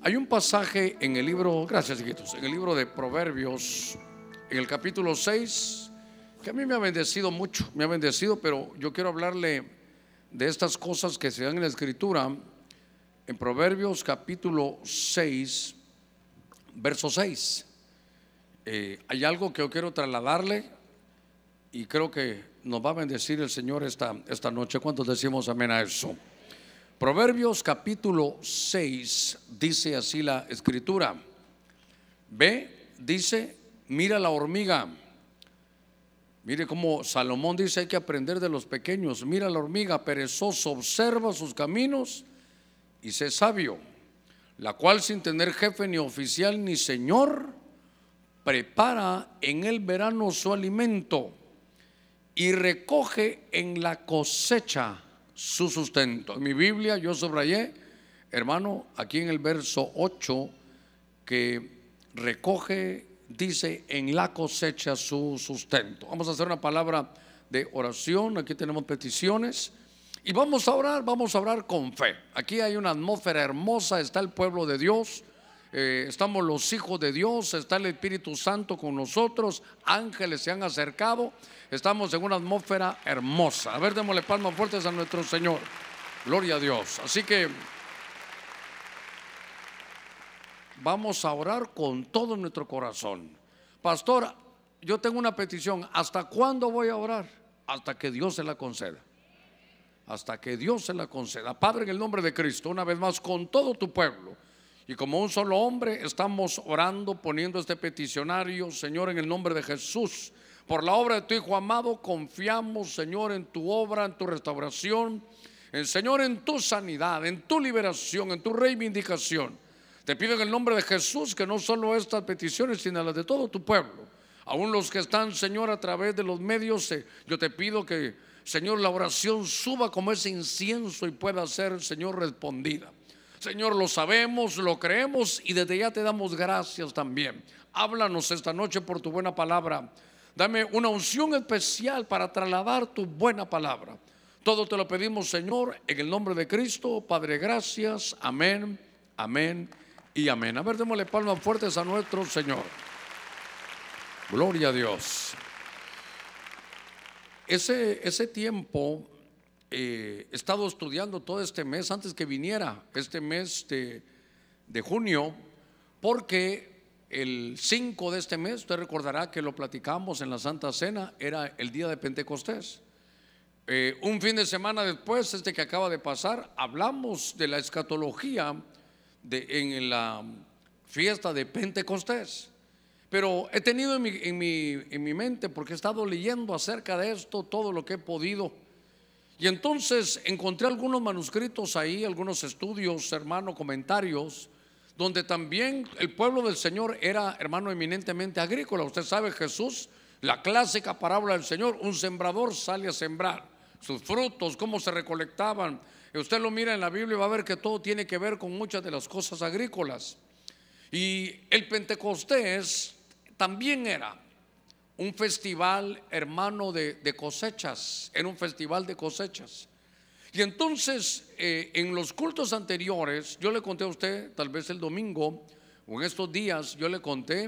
Hay un pasaje en el libro, gracias hijitos, en el libro de Proverbios, en el capítulo 6, que a mí me ha bendecido mucho, me ha bendecido, pero yo quiero hablarle de estas cosas que se dan en la escritura. En Proverbios capítulo 6, verso 6, hay algo que yo quiero trasladarle y creo que nos va a bendecir el Señor esta noche. ¿Cuántos decimos amén a eso? Proverbios capítulo 6 dice así la escritura. Ve, dice, mira la hormiga. Mire cómo Salomón dice: hay que aprender de los pequeños. Mira la hormiga, perezoso, observa sus caminos y sé sabio, la cual sin tener jefe ni oficial ni señor, prepara en el verano su alimento y recoge en la cosecha su sustento. En mi Biblia yo subrayé, hermano, aquí en el verso 8, que recoge, dice, en la cosecha su sustento. Vamos a hacer una palabra de oración. Aquí tenemos peticiones y vamos a orar con fe. Aquí hay una atmósfera hermosa, está el pueblo de Dios, estamos los hijos de Dios, está el Espíritu Santo con nosotros, ángeles se han acercado, estamos en una atmósfera hermosa. A ver, démosle palmas fuertes a nuestro Señor. Gloria a Dios. Así que vamos a orar con todo nuestro corazón. Pastor, yo tengo una petición. ¿Hasta cuándo voy a orar? Hasta que Dios se la conceda. Hasta que Dios se la conceda. Padre, en el nombre de Cristo, una vez más, con todo tu pueblo y como un solo hombre, estamos orando, poniendo este peticionario, Señor, en el nombre de Jesús. Por la obra de tu Hijo amado, confiamos, Señor, en tu obra, en tu restauración, Señor, en tu sanidad, en tu liberación, en tu reivindicación. Te pido en el nombre de Jesús que no solo estas peticiones, sino las de todo tu pueblo, aún los que están, Señor, a través de los medios, yo te pido que, Señor, la oración suba como ese incienso y pueda ser, Señor, respondida. Señor, lo sabemos, lo creemos y desde ya te damos gracias también. Háblanos esta noche por tu buena palabra. Dame una unción especial para trasladar tu buena palabra. Todo te lo pedimos, Señor, en el nombre de Cristo. Padre, gracias. Amén, amén y amén. A ver, démosle palmas fuertes a nuestro Señor. Gloria a Dios. Ese tiempo he estado estudiando todo este mes antes que viniera este mes de junio, porque el 5 de este mes, usted recordará que lo platicamos en la Santa Cena, era el día de Pentecostés. Un fin de semana después, que acaba de pasar, hablamos de la escatología en la fiesta de Pentecostés. Pero he tenido en mi mente, porque he estado leyendo acerca de esto todo lo que he podido, y entonces encontré algunos manuscritos ahí, algunos estudios, hermano, comentarios, donde también el pueblo del Señor era, hermano, eminentemente agrícola. Usted sabe, Jesús, la clásica parábola del Señor: un sembrador sale a sembrar sus frutos, cómo se recolectaban. Usted lo mira en la Biblia y va a ver que todo tiene que ver con muchas de las cosas agrícolas. Y el Pentecostés también era un festival, hermano, de cosechas. Era un festival de cosechas. Y entonces en los cultos anteriores yo le conté a usted, tal vez el domingo o en estos días, yo le conté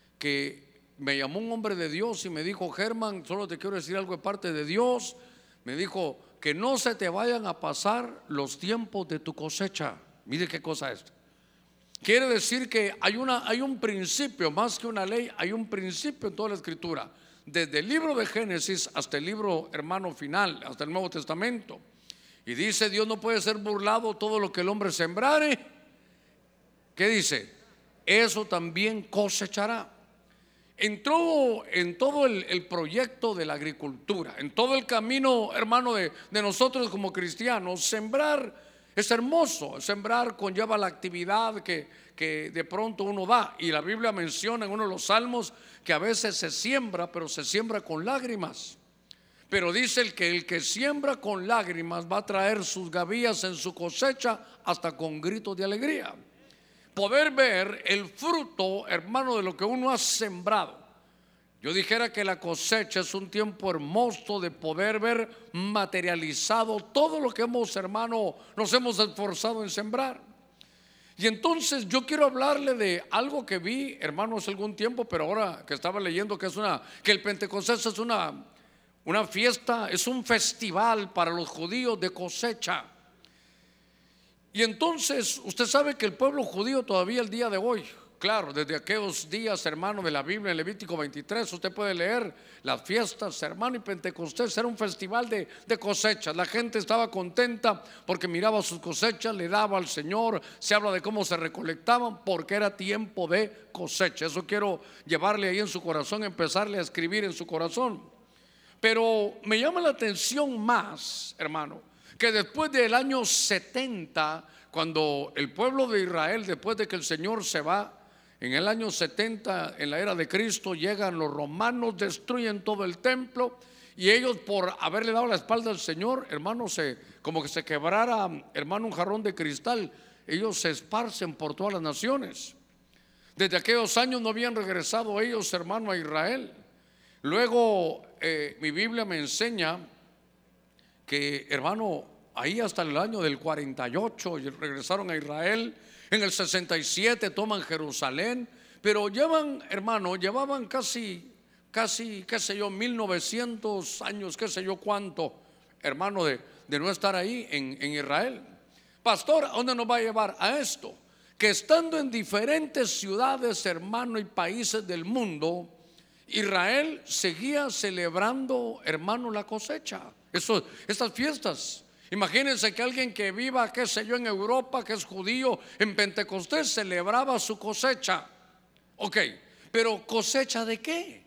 que me llamó un hombre de Dios y me dijo: Germán, solo te quiero decir algo de parte de Dios. Me dijo que no se te vayan a pasar los tiempos de tu cosecha. Mire qué cosa es. Quiere decir que hay un principio, más que una ley, hay un principio en toda la escritura, desde el libro de Génesis hasta el libro, hermano, final, hasta el Nuevo Testamento. Y dice: Dios no puede ser burlado, todo lo que el hombre sembrare, ¿qué dice? Eso también cosechará. En todo el proyecto de la agricultura, en todo el camino, hermano, de nosotros como cristianos, sembrar es hermoso. Sembrar conlleva la actividad que de pronto uno da, y la Biblia menciona en uno de los salmos que a veces se siembra, pero se siembra con lágrimas. Pero dice el que siembra con lágrimas va a traer sus gavillas en su cosecha hasta con gritos de alegría. Poder ver el fruto, hermano, de lo que uno ha sembrado. Yo dijera que la cosecha es un tiempo hermoso de poder ver materializado todo lo que hemos, hermano, nos hemos esforzado en sembrar. Y entonces yo quiero hablarle de algo que vi, hermanos, algún tiempo, pero ahora que estaba leyendo que el Pentecostés es una fiesta, es un festival para los judíos de cosecha. Y entonces usted sabe que el pueblo judío todavía el día de hoy, claro, desde aquellos días, hermano, de la Biblia, en Levítico 23, usted puede leer las fiestas, hermano, y Pentecostés era un festival de cosechas. La gente estaba contenta porque miraba sus cosechas, le daba al Señor. Se habla de cómo se recolectaban porque era tiempo de cosecha. Eso quiero llevarle ahí en su corazón, empezarle a escribir en su corazón. Pero me llama la atención más, hermano, que después del año 70, cuando el pueblo de Israel, después de que el Señor se va, en el año 70, en la era de Cristo, llegan los romanos, destruyen todo el templo, y ellos, por haberle dado la espalda al Señor, hermano, como que se quebrara, hermano, un jarrón de cristal. Ellos se esparcen por todas las naciones. Desde aquellos años no habían regresado ellos, hermano, a Israel. Luego mi Biblia me enseña que, hermano, ahí hasta el año del 48 regresaron a Israel. En el 67 toman Jerusalén. Pero llevaban casi, qué sé yo, 1900 años, qué sé yo cuánto, hermano, de no estar ahí en Israel. Pastor, ¿a dónde nos va a llevar? A esto, que estando en diferentes ciudades, hermano, y países del mundo, Israel seguía celebrando, hermano, la cosecha. Estas fiestas. Imagínense que alguien que viva, qué sé yo, en Europa, que es judío, en Pentecostés celebraba su cosecha. Ok, pero ¿cosecha de qué?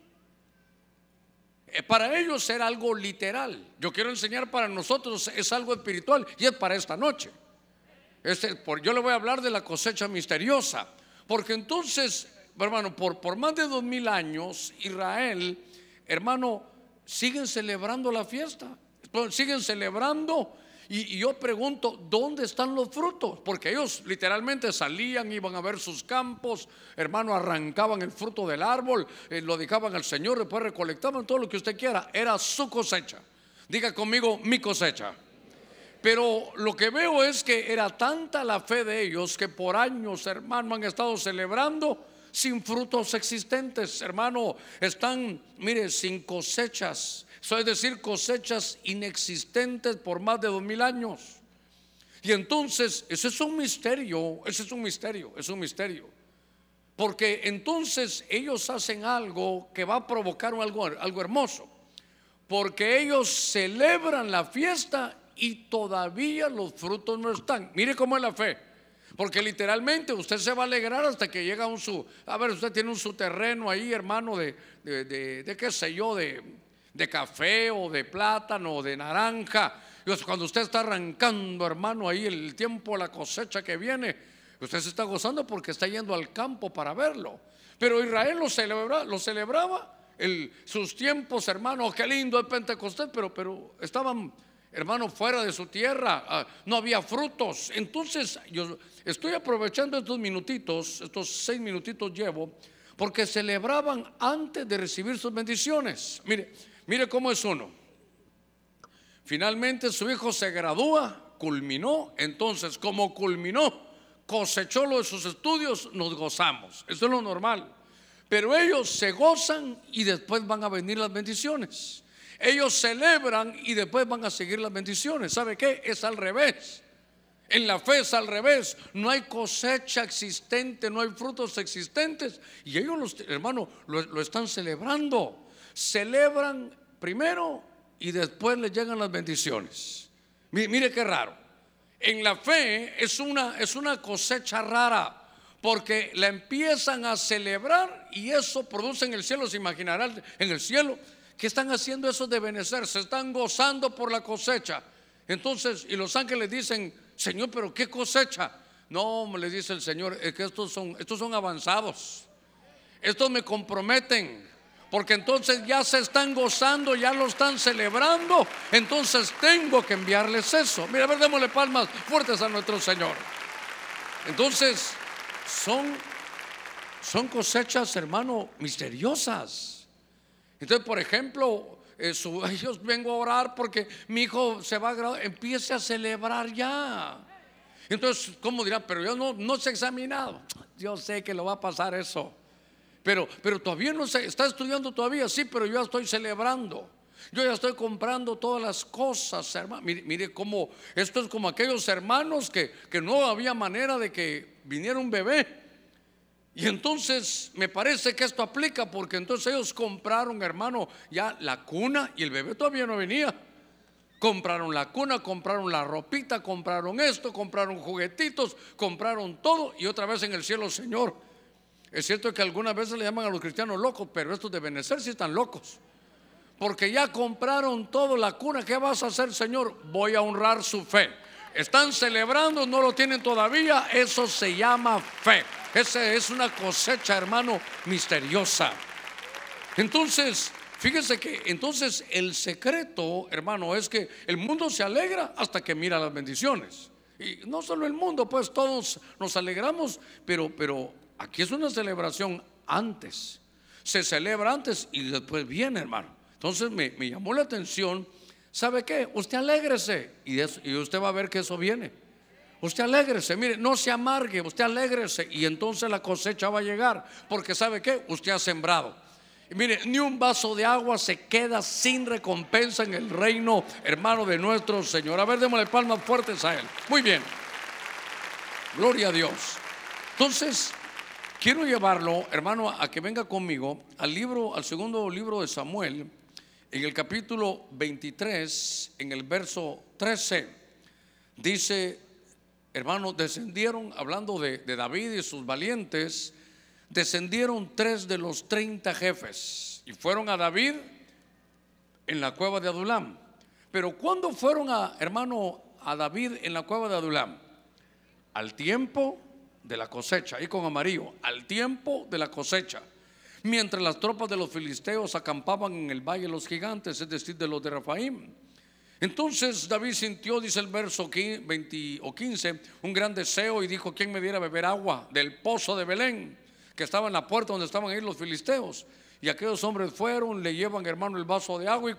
Para ellos era algo literal. Yo quiero enseñar, para nosotros es algo espiritual, y es para esta noche. Yo le voy a hablar de la cosecha misteriosa. Porque entonces, hermano, por más de 2000 años, Israel, hermano, siguen celebrando la fiesta. Siguen celebrando. Y yo pregunto, ¿dónde están los frutos? Porque ellos literalmente salían, iban a ver sus campos, hermano, arrancaban el fruto del árbol, lo dejaban al Señor, después recolectaban todo lo que usted quiera. Era su cosecha. Diga conmigo, mi cosecha. Pero lo que veo es que era tanta la fe de ellos que por años, hermano, han estado celebrando sin frutos existentes, hermano. Están, mire, sin cosechas. Eso es decir, cosechas inexistentes por más de 2000 años. Y entonces, ese es un misterio. Porque entonces ellos hacen algo que va a provocar algo hermoso. Porque ellos celebran la fiesta y todavía los frutos no están. Mire cómo es la fe. Porque literalmente usted se va a alegrar hasta que llega usted tiene su terreno ahí, hermano, de qué sé yo, de café o de plátano o de naranja. Cuando usted está arrancando, hermano, ahí el tiempo, la cosecha que viene, usted se está gozando porque está yendo al campo para verlo. Pero Israel lo celebraba sus tiempos, hermano. Qué lindo el Pentecostés, pero estaban, hermano, fuera de su tierra. No había frutos. Entonces yo estoy aprovechando estos minutitos, estos 6 minutitos llevo, porque celebraban antes de recibir sus bendiciones. Mire cómo es uno. Finalmente su hijo se gradúa, culminó. Entonces, como culminó, cosechó lo de sus estudios, nos gozamos. Eso es lo normal. Pero ellos se gozan y después van a venir las bendiciones. Ellos celebran y después van a seguir las bendiciones. ¿Sabe qué? Es al revés. En la fe es al revés. No hay cosecha existente, no hay frutos existentes, y ellos, hermanos, lo están celebrando. Celebran primero y después les llegan las bendiciones. Mire qué raro. En la fe es una cosecha rara, porque la empiezan a celebrar y eso produce en el cielo. Se imaginarán en el cielo que están haciendo eso de benecer, se están gozando por la cosecha. Entonces, y los ángeles dicen: Señor, pero ¿qué cosecha? No, le dice el Señor, es que estos son avanzados. Estos me comprometen, porque entonces ya se están gozando, ya lo están celebrando. Entonces tengo que enviarles eso. Mira, a ver, démosle palmas fuertes a nuestro Señor. Entonces son cosechas, hermano, misteriosas. Entonces, por ejemplo, yo vengo a orar porque mi hijo se va a graduar. Empiece a celebrar ya. Entonces, ¿cómo dirán? Pero yo no se ha examinado. Yo sé que lo va a pasar eso. Pero todavía no se está estudiando todavía, sí, pero yo ya estoy celebrando. Yo ya estoy comprando todas las cosas, hermano. Mire cómo esto es como aquellos hermanos que no había manera de que viniera un bebé. Y entonces me parece que esto aplica, porque entonces ellos compraron, hermano, ya la cuna y el bebé todavía no venía. Compraron la cuna, compraron la ropita, compraron esto, compraron juguetitos, compraron todo, y otra vez en el cielo, Señor. Es cierto que algunas veces le llaman a los cristianos locos, pero estos de Benecer sí están locos, porque ya compraron todo, la cuna. ¿Qué vas a hacer, Señor? Voy a honrar su fe. Están celebrando, no lo tienen todavía. Eso se llama fe. Esa es una cosecha, hermano, misteriosa. Entonces, fíjese que entonces el secreto, hermano, es que el mundo se alegra hasta que mira las bendiciones. Y no solo el mundo, pues todos nos alegramos, pero aquí es una celebración antes. Se celebra antes y después viene, hermano. Entonces me llamó la atención. ¿Sabe qué? Usted alégrese y usted va a ver que eso viene. Usted alégrese, mire, no se amargue, usted alégrese, y entonces la cosecha va a llegar. Porque ¿sabe qué? Usted ha sembrado. Y mire, ni un vaso de agua se queda sin recompensa en el reino, hermano, de nuestro Señor. A ver, démosle palmas fuertes a Él. Muy bien, gloria a Dios. Entonces quiero llevarlo, hermano, a que venga conmigo al segundo libro de Samuel, en el capítulo 23, en el verso 13. Dice, hermano, descendieron, hablando de David y sus valientes, descendieron 3 de los 30 jefes y fueron a David en la cueva de Adulam. Pero ¿cuándo fueron hermano, a David en la cueva de Adulam? Al tiempo de la cosecha, ahí con amarillo, al tiempo de la cosecha, mientras las tropas de los filisteos acampaban en el valle de los gigantes, es decir, de los de Rafaim. Entonces David sintió, dice el verso 20 o 15, un gran deseo, y dijo: ¿quién me diera a beber agua del pozo de Belén, que estaba en la puerta donde estaban ahí los filisteos? Y aquellos hombres fueron, le llevan, hermano, el vaso de agua. Y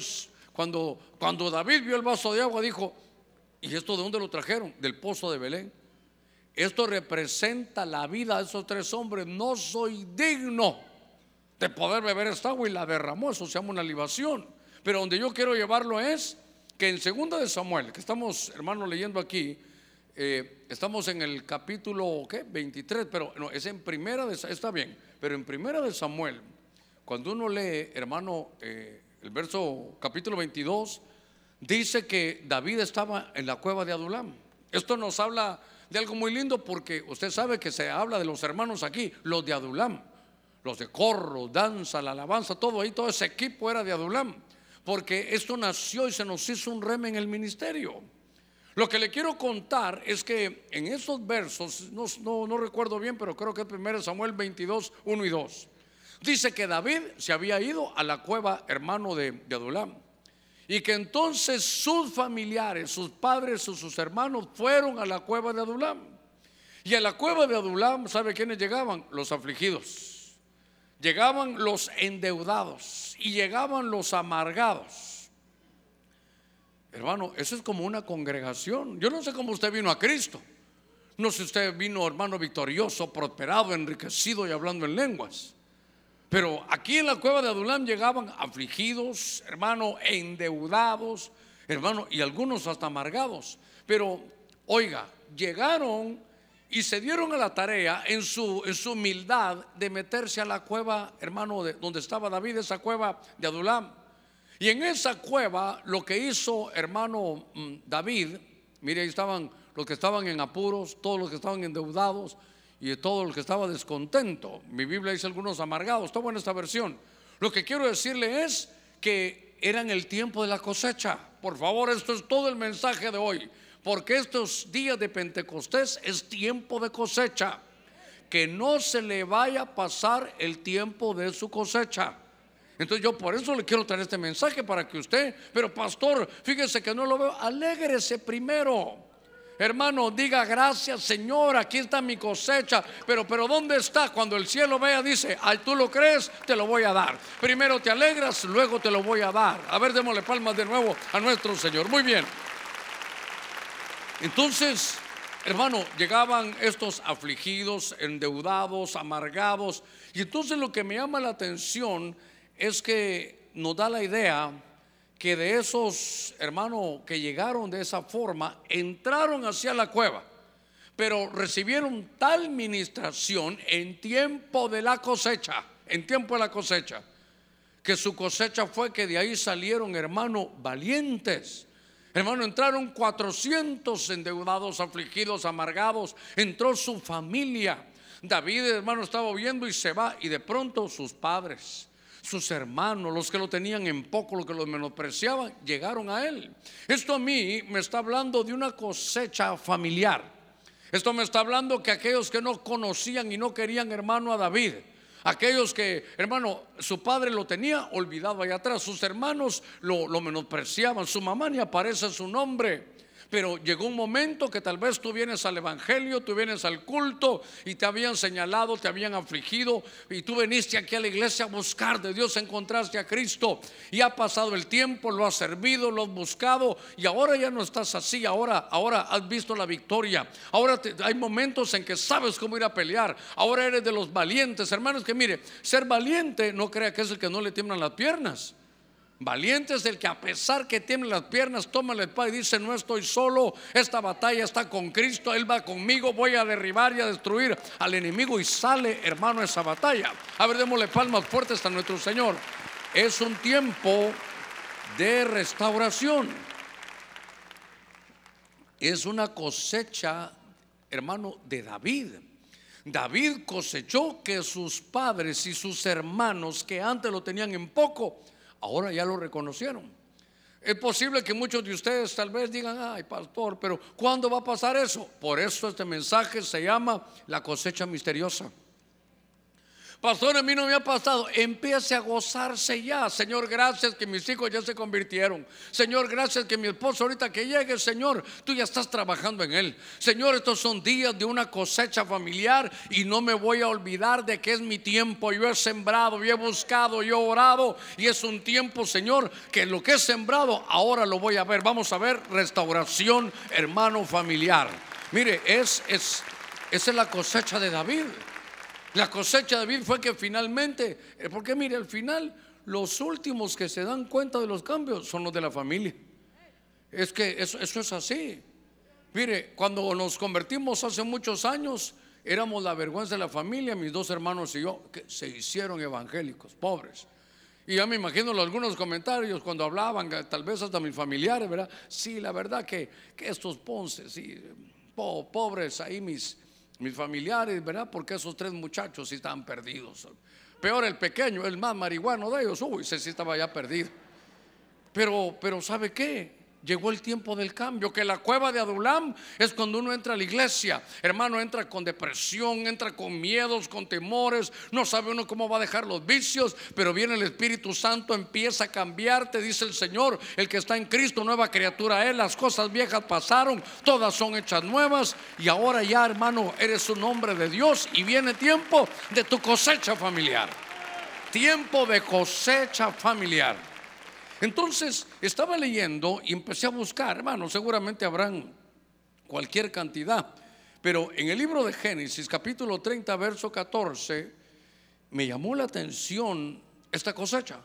cuando David vio el vaso de agua, dijo: ¿y esto de dónde lo trajeron? Del pozo de Belén. Esto representa la vida de esos 3 hombres. No soy digno de poder beber esta agua, y la derramó. Eso se llama una libación. Pero donde yo quiero llevarlo es que en 2 de Samuel, que estamos, hermano, leyendo aquí, estamos en el capítulo 23, pero no, es en primera de, está bien, pero en 1 de Samuel, cuando uno lee, hermano, el verso capítulo 22, dice que David estaba en la cueva de Adulam. Esto nos habla de algo muy lindo, porque usted sabe que se habla de los hermanos aquí, los de Adulam, los de corro, danza, la alabanza, todo ahí, todo ese equipo era de Adulam, porque esto nació y se nos hizo un rema en el ministerio. Lo que le quiero contar es que en esos versos, no recuerdo bien, pero creo que es 1 Samuel 22, 1 y 2, dice que David se había ido a la cueva, hermano, de Adulam, y que entonces sus familiares, sus padres o sus hermanos fueron a la cueva de Adulam. Y a la cueva de Adulam, ¿sabe quiénes llegaban? Los afligidos, llegaban los endeudados y llegaban los amargados. Hermano, eso es como una congregación. Yo no sé cómo usted vino a Cristo. No sé si usted vino, hermano, victorioso, prosperado, enriquecido y hablando en lenguas. Pero aquí en la cueva de Adulam llegaban afligidos, hermano, endeudados, hermano, y algunos hasta amargados. Pero oiga, llegaron y se dieron a la tarea en su humildad de meterse a la cueva, hermano, donde estaba David, esa cueva de Adulam. Y en esa cueva lo que hizo, hermano, David, mire, ahí estaban los que estaban en apuros, todos los que estaban endeudados y todos los que estaban descontentos. Mi Biblia dice algunos amargados. Está buena esta versión. Lo que quiero decirle es que era en el tiempo de la cosecha. Por favor, esto es todo el mensaje de hoy, porque estos días de Pentecostés es tiempo de cosecha. Que no se le vaya a pasar el tiempo de su cosecha. Entonces yo por eso le quiero traer este mensaje, para que usted, pero pastor, fíjese que no lo veo. Alégrese primero, hermano, diga: gracias, Señor, aquí está mi cosecha. Pero ¿dónde está? Cuando el cielo vea, dice: ay, tú lo crees, te lo voy a dar. Primero te alegras, luego te lo voy a dar. A ver, démosle palmas de nuevo a nuestro Señor. Muy bien. Entonces hermano, llegaban estos afligidos, endeudados, amargados. Y entonces lo que me llama la atención es que nos da la idea que de esos hermanos que llegaron de esa forma, entraron hacia la cueva, pero recibieron tal ministración en tiempo de la cosecha, en tiempo de la cosecha, que su cosecha fue que de ahí salieron, hermano, valientes. Hermano, entraron 400 endeudados, afligidos, amargados. Entró su familia. David, hermano, estaba oyendo y se va. Y de pronto sus padres, sus hermanos, los que lo tenían en poco, los que lo menospreciaban, llegaron a él. Esto a mí me está hablando de una cosecha familiar. Esto me está hablando que aquellos que no conocían y no querían, hermano, a David, aquellos que, hermano, su padre lo tenía olvidado allá atrás, sus hermanos lo menospreciaban, su mamá ni aparece su nombre. Pero llegó un momento que tal vez tú vienes al evangelio, tú vienes al culto y te habían señalado, te habían afligido, y tú viniste aquí a la iglesia a buscar de Dios, encontraste a Cristo y ha pasado el tiempo, lo has servido, lo has buscado y ahora ya no estás así. Ahora has visto la victoria. Ahora hay momentos en que sabes cómo ir a pelear. Ahora eres de los valientes. Hermanos, que mire, ser valiente no crea que es el que no le tiemblan las piernas. Valiente es el que, a pesar que tiene las piernas, toma la espada y dice: no estoy solo, esta batalla está con Cristo, Él va conmigo, voy a derribar y a destruir al enemigo. Y sale, hermano, esa batalla. A ver, démosle palmas fuertes a nuestro Señor. Es un tiempo de restauración. Es una cosecha, hermano, de David. David cosechó que sus padres y sus hermanos, que antes lo tenían en poco, ahora ya lo reconocieron. Es posible que muchos de ustedes tal vez digan: ay, pastor, pero ¿cuándo va a pasar eso? Por eso este mensaje se llama la cosecha misteriosa. Pastor, a mí no me ha pasado. Empiece a gozarse ya. Señor, gracias que mis hijos ya se convirtieron. Señor, gracias que mi esposo ahorita que llegue, Señor, tú ya estás trabajando en él. Señor, estos son días de una cosecha familiar y no me voy a olvidar de que es mi tiempo. Yo he sembrado, yo he buscado, yo he orado y es un tiempo, Señor, que lo que he sembrado ahora lo voy a ver. Vamos a ver restauración, hermano, familiar. Mire, esa es la cosecha de David. La cosecha de David fue que finalmente, porque mire, al final los últimos que se dan cuenta de los cambios son los de la familia. Es que eso es así. Mire, cuando nos convertimos hace muchos años, éramos la vergüenza de la familia. Mis dos hermanos y yo, que se hicieron evangélicos, pobres. Y ya me imagino algunos comentarios cuando hablaban, tal vez hasta mis familiares, ¿verdad? Sí, la verdad que estos Ponce, sí, pobres ahí mis familiares, ¿verdad? Porque esos tres muchachos sí estaban perdidos. Peor el pequeño, el más marihuano de ellos, ese sí estaba ya perdido. Pero ¿sabe qué? Llegó el tiempo del cambio. Que la cueva de Adulam es cuando uno entra a la iglesia, hermano, entra con depresión, entra con miedos, con temores, no sabe uno cómo va a dejar los vicios, pero viene el Espíritu Santo, empieza a cambiarte, dice el Señor: el que está en Cristo, nueva criatura es, las cosas viejas pasaron, todas son hechas nuevas. Y ahora ya, hermano, eres un hombre de Dios y viene tiempo de tu cosecha familiar. Tiempo de cosecha familiar. Entonces estaba leyendo y empecé a buscar, hermano, seguramente habrán cualquier cantidad, pero en el libro de Génesis, capítulo 30, verso 14, me llamó la atención esta cosecha.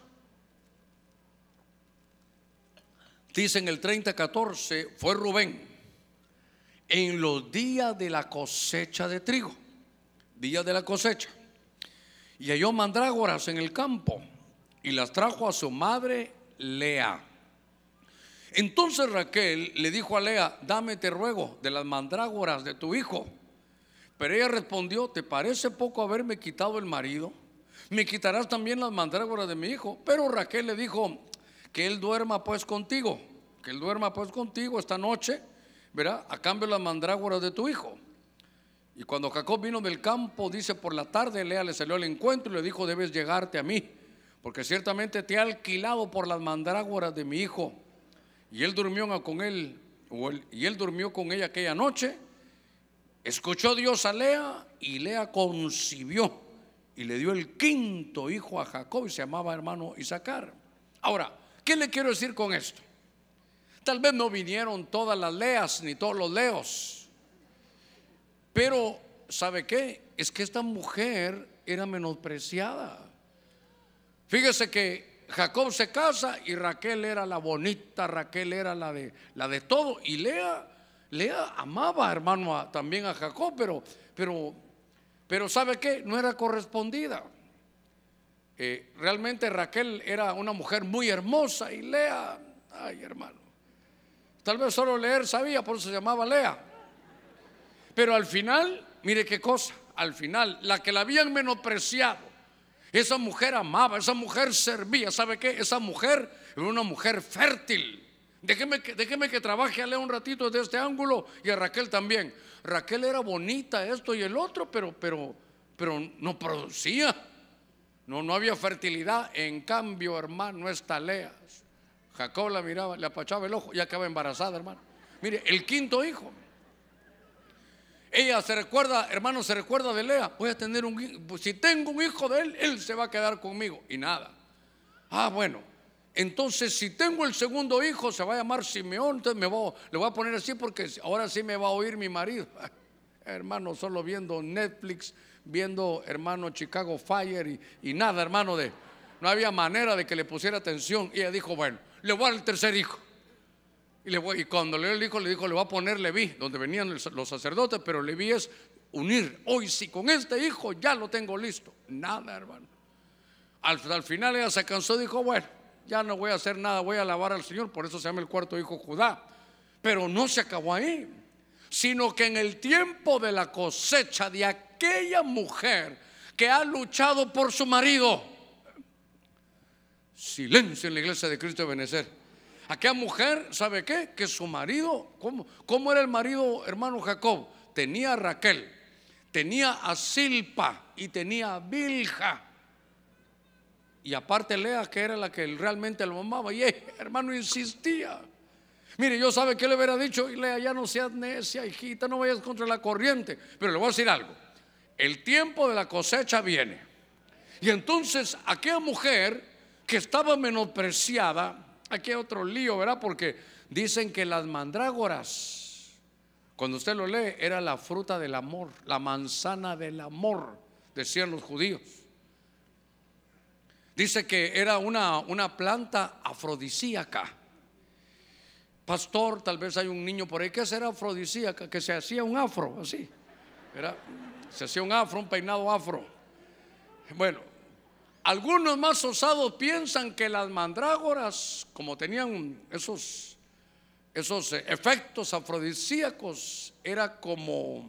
Dice en el 30:14: fue Rubén en los días de la cosecha de trigo, días de la cosecha, y halló mandrágoras en el campo y las trajo a su madre Lea. Entonces Raquel le dijo a Lea: dame, te ruego, de las mandrágoras de tu hijo. Pero ella respondió: ¿te parece poco haberme quitado el marido? ¿Me quitarás también las mandrágoras de mi hijo? Pero Raquel le dijo: que él duerma pues contigo, que él duerma pues contigo esta noche, verá, a cambio de las mandrágoras de tu hijo. Y cuando Jacob vino del campo, dice, por la tarde, Lea le salió al encuentro y le dijo: debes llegarte a mí, porque ciertamente te he alquilado por las mandrágoras de mi hijo. Y él durmió con él, y él durmió con ella aquella noche. Escuchó Dios a Lea, y Lea concibió y le dio el quinto hijo a Jacob, y se llamaba, hermano, Isaacar. Ahora, ¿qué le quiero decir con esto? Tal vez no vinieron todas las Leas ni todos los Leos, Pero ¿sabe qué? Es que esta mujer era menospreciada. Fíjese que Jacob se casa y Raquel era la bonita, Raquel era la de todo, y Lea amaba, hermano, también a Jacob, pero ¿sabe qué? No era correspondida. Realmente Raquel era una mujer muy hermosa y Lea, ay, hermano, tal vez solo leer sabía, por eso se llamaba Lea. Pero al final, mire qué cosa, al final la que la habían menospreciado, esa mujer amaba, esa mujer servía. ¿Sabe qué? Esa mujer era una mujer fértil. Déjeme que trabaje a Lea un ratito desde este ángulo, y a Raquel también. Raquel era bonita, esto y el otro, pero no producía. No había fertilidad. En cambio, hermano, esta Lea, Jacob la miraba, le apachaba el ojo y acaba embarazada, hermano. Mire, el quinto hijo. Ella se recuerda, hermano, se recuerda de Lea. Voy a tener un hijo, si tengo un hijo de él se va a quedar conmigo. Y nada. Bueno, entonces si tengo el segundo hijo, se va a llamar Simeón. Entonces le voy a poner así porque ahora sí me va a oír mi marido. Hermano, solo viendo Netflix, viendo, hermano, Chicago Fire y nada, hermano, no había manera de que le pusiera atención. Y ella dijo, bueno, le voy a dar el tercer hijo. Y cuando le dio el hijo, le dijo, le voy a poner Leví, donde venían los sacerdotes, pero Leví es unir. Hoy sí, con este hijo ya lo tengo listo. Nada, hermano. Al final ella se cansó y dijo, bueno, ya no voy a hacer nada, voy a alabar al Señor. Por eso se llama el cuarto hijo Judá. Pero no se acabó ahí, sino que en el tiempo de la cosecha de aquella mujer que ha luchado por su marido, silencio en la iglesia de Cristo de Benecer. Aquella mujer, ¿sabe qué? Que su marido, ¿cómo era el marido, hermano Jacob? Tenía a Raquel, tenía a Silpa y tenía a Bilha. Y aparte Lea, que era la que realmente lo amaba. Y hermano, insistía. Mire, yo sabe que le hubiera dicho, Lea, ya no seas necia, hijita, no vayas contra la corriente. Pero le voy a decir algo. El tiempo de la cosecha viene. Y entonces aquella mujer que estaba menospreciada, aquí hay otro lío, ¿verdad? Porque dicen que las mandrágoras, cuando usted lo lee, era la fruta del amor, la manzana del amor, decían los judíos. Dice que era una planta afrodisíaca. Pastor, tal vez hay un niño por ahí que será afrodisíaca, que se hacía un afro, así, ¿verdad? Se hacía un afro, un peinado afro. Bueno, algunos más osados piensan que las mandrágoras, como tenían esos efectos afrodisíacos, era como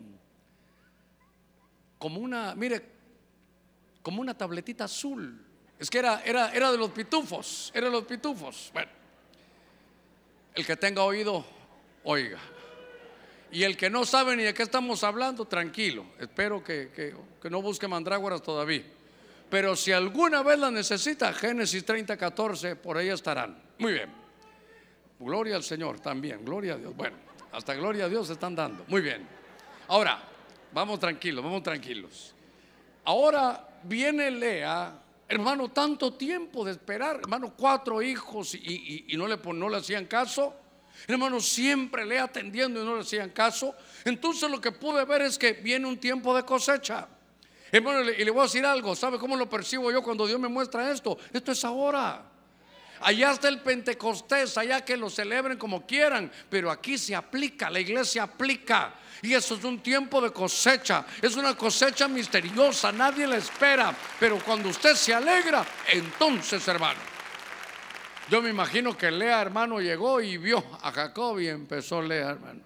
una, mire, como una tabletita azul. Es que era de los pitufos, era de los pitufos. Bueno, el que tenga oído, oiga. Y el que no sabe ni de qué estamos hablando, tranquilo. Espero que no busque mandrágoras todavía. Pero si alguna vez la necesita, Génesis 30:14, por ahí estarán. Muy bien. Gloria al Señor también, gloria a Dios. Bueno, hasta gloria a Dios se están dando. Muy bien. Ahora, vamos tranquilos. Ahora viene Lea, hermano, tanto tiempo de esperar, hermano, 4 hijos y no le hacían caso. Hermano, siempre Lea atendiendo y no le hacían caso. Entonces lo que pude ver es que viene un tiempo de cosecha. Hermano, y le voy a decir algo. ¿Sabe cómo lo percibo yo cuando Dios me muestra esto? Esto es ahora. Allá está el Pentecostés, allá que lo celebren como quieran, pero aquí se aplica, la iglesia aplica. Y eso es un tiempo de cosecha. Es una cosecha misteriosa, nadie la espera. Pero cuando usted se alegra, entonces, hermano, yo me imagino que Lea, hermano, llegó y vio a Jacob y empezó Lea, hermano.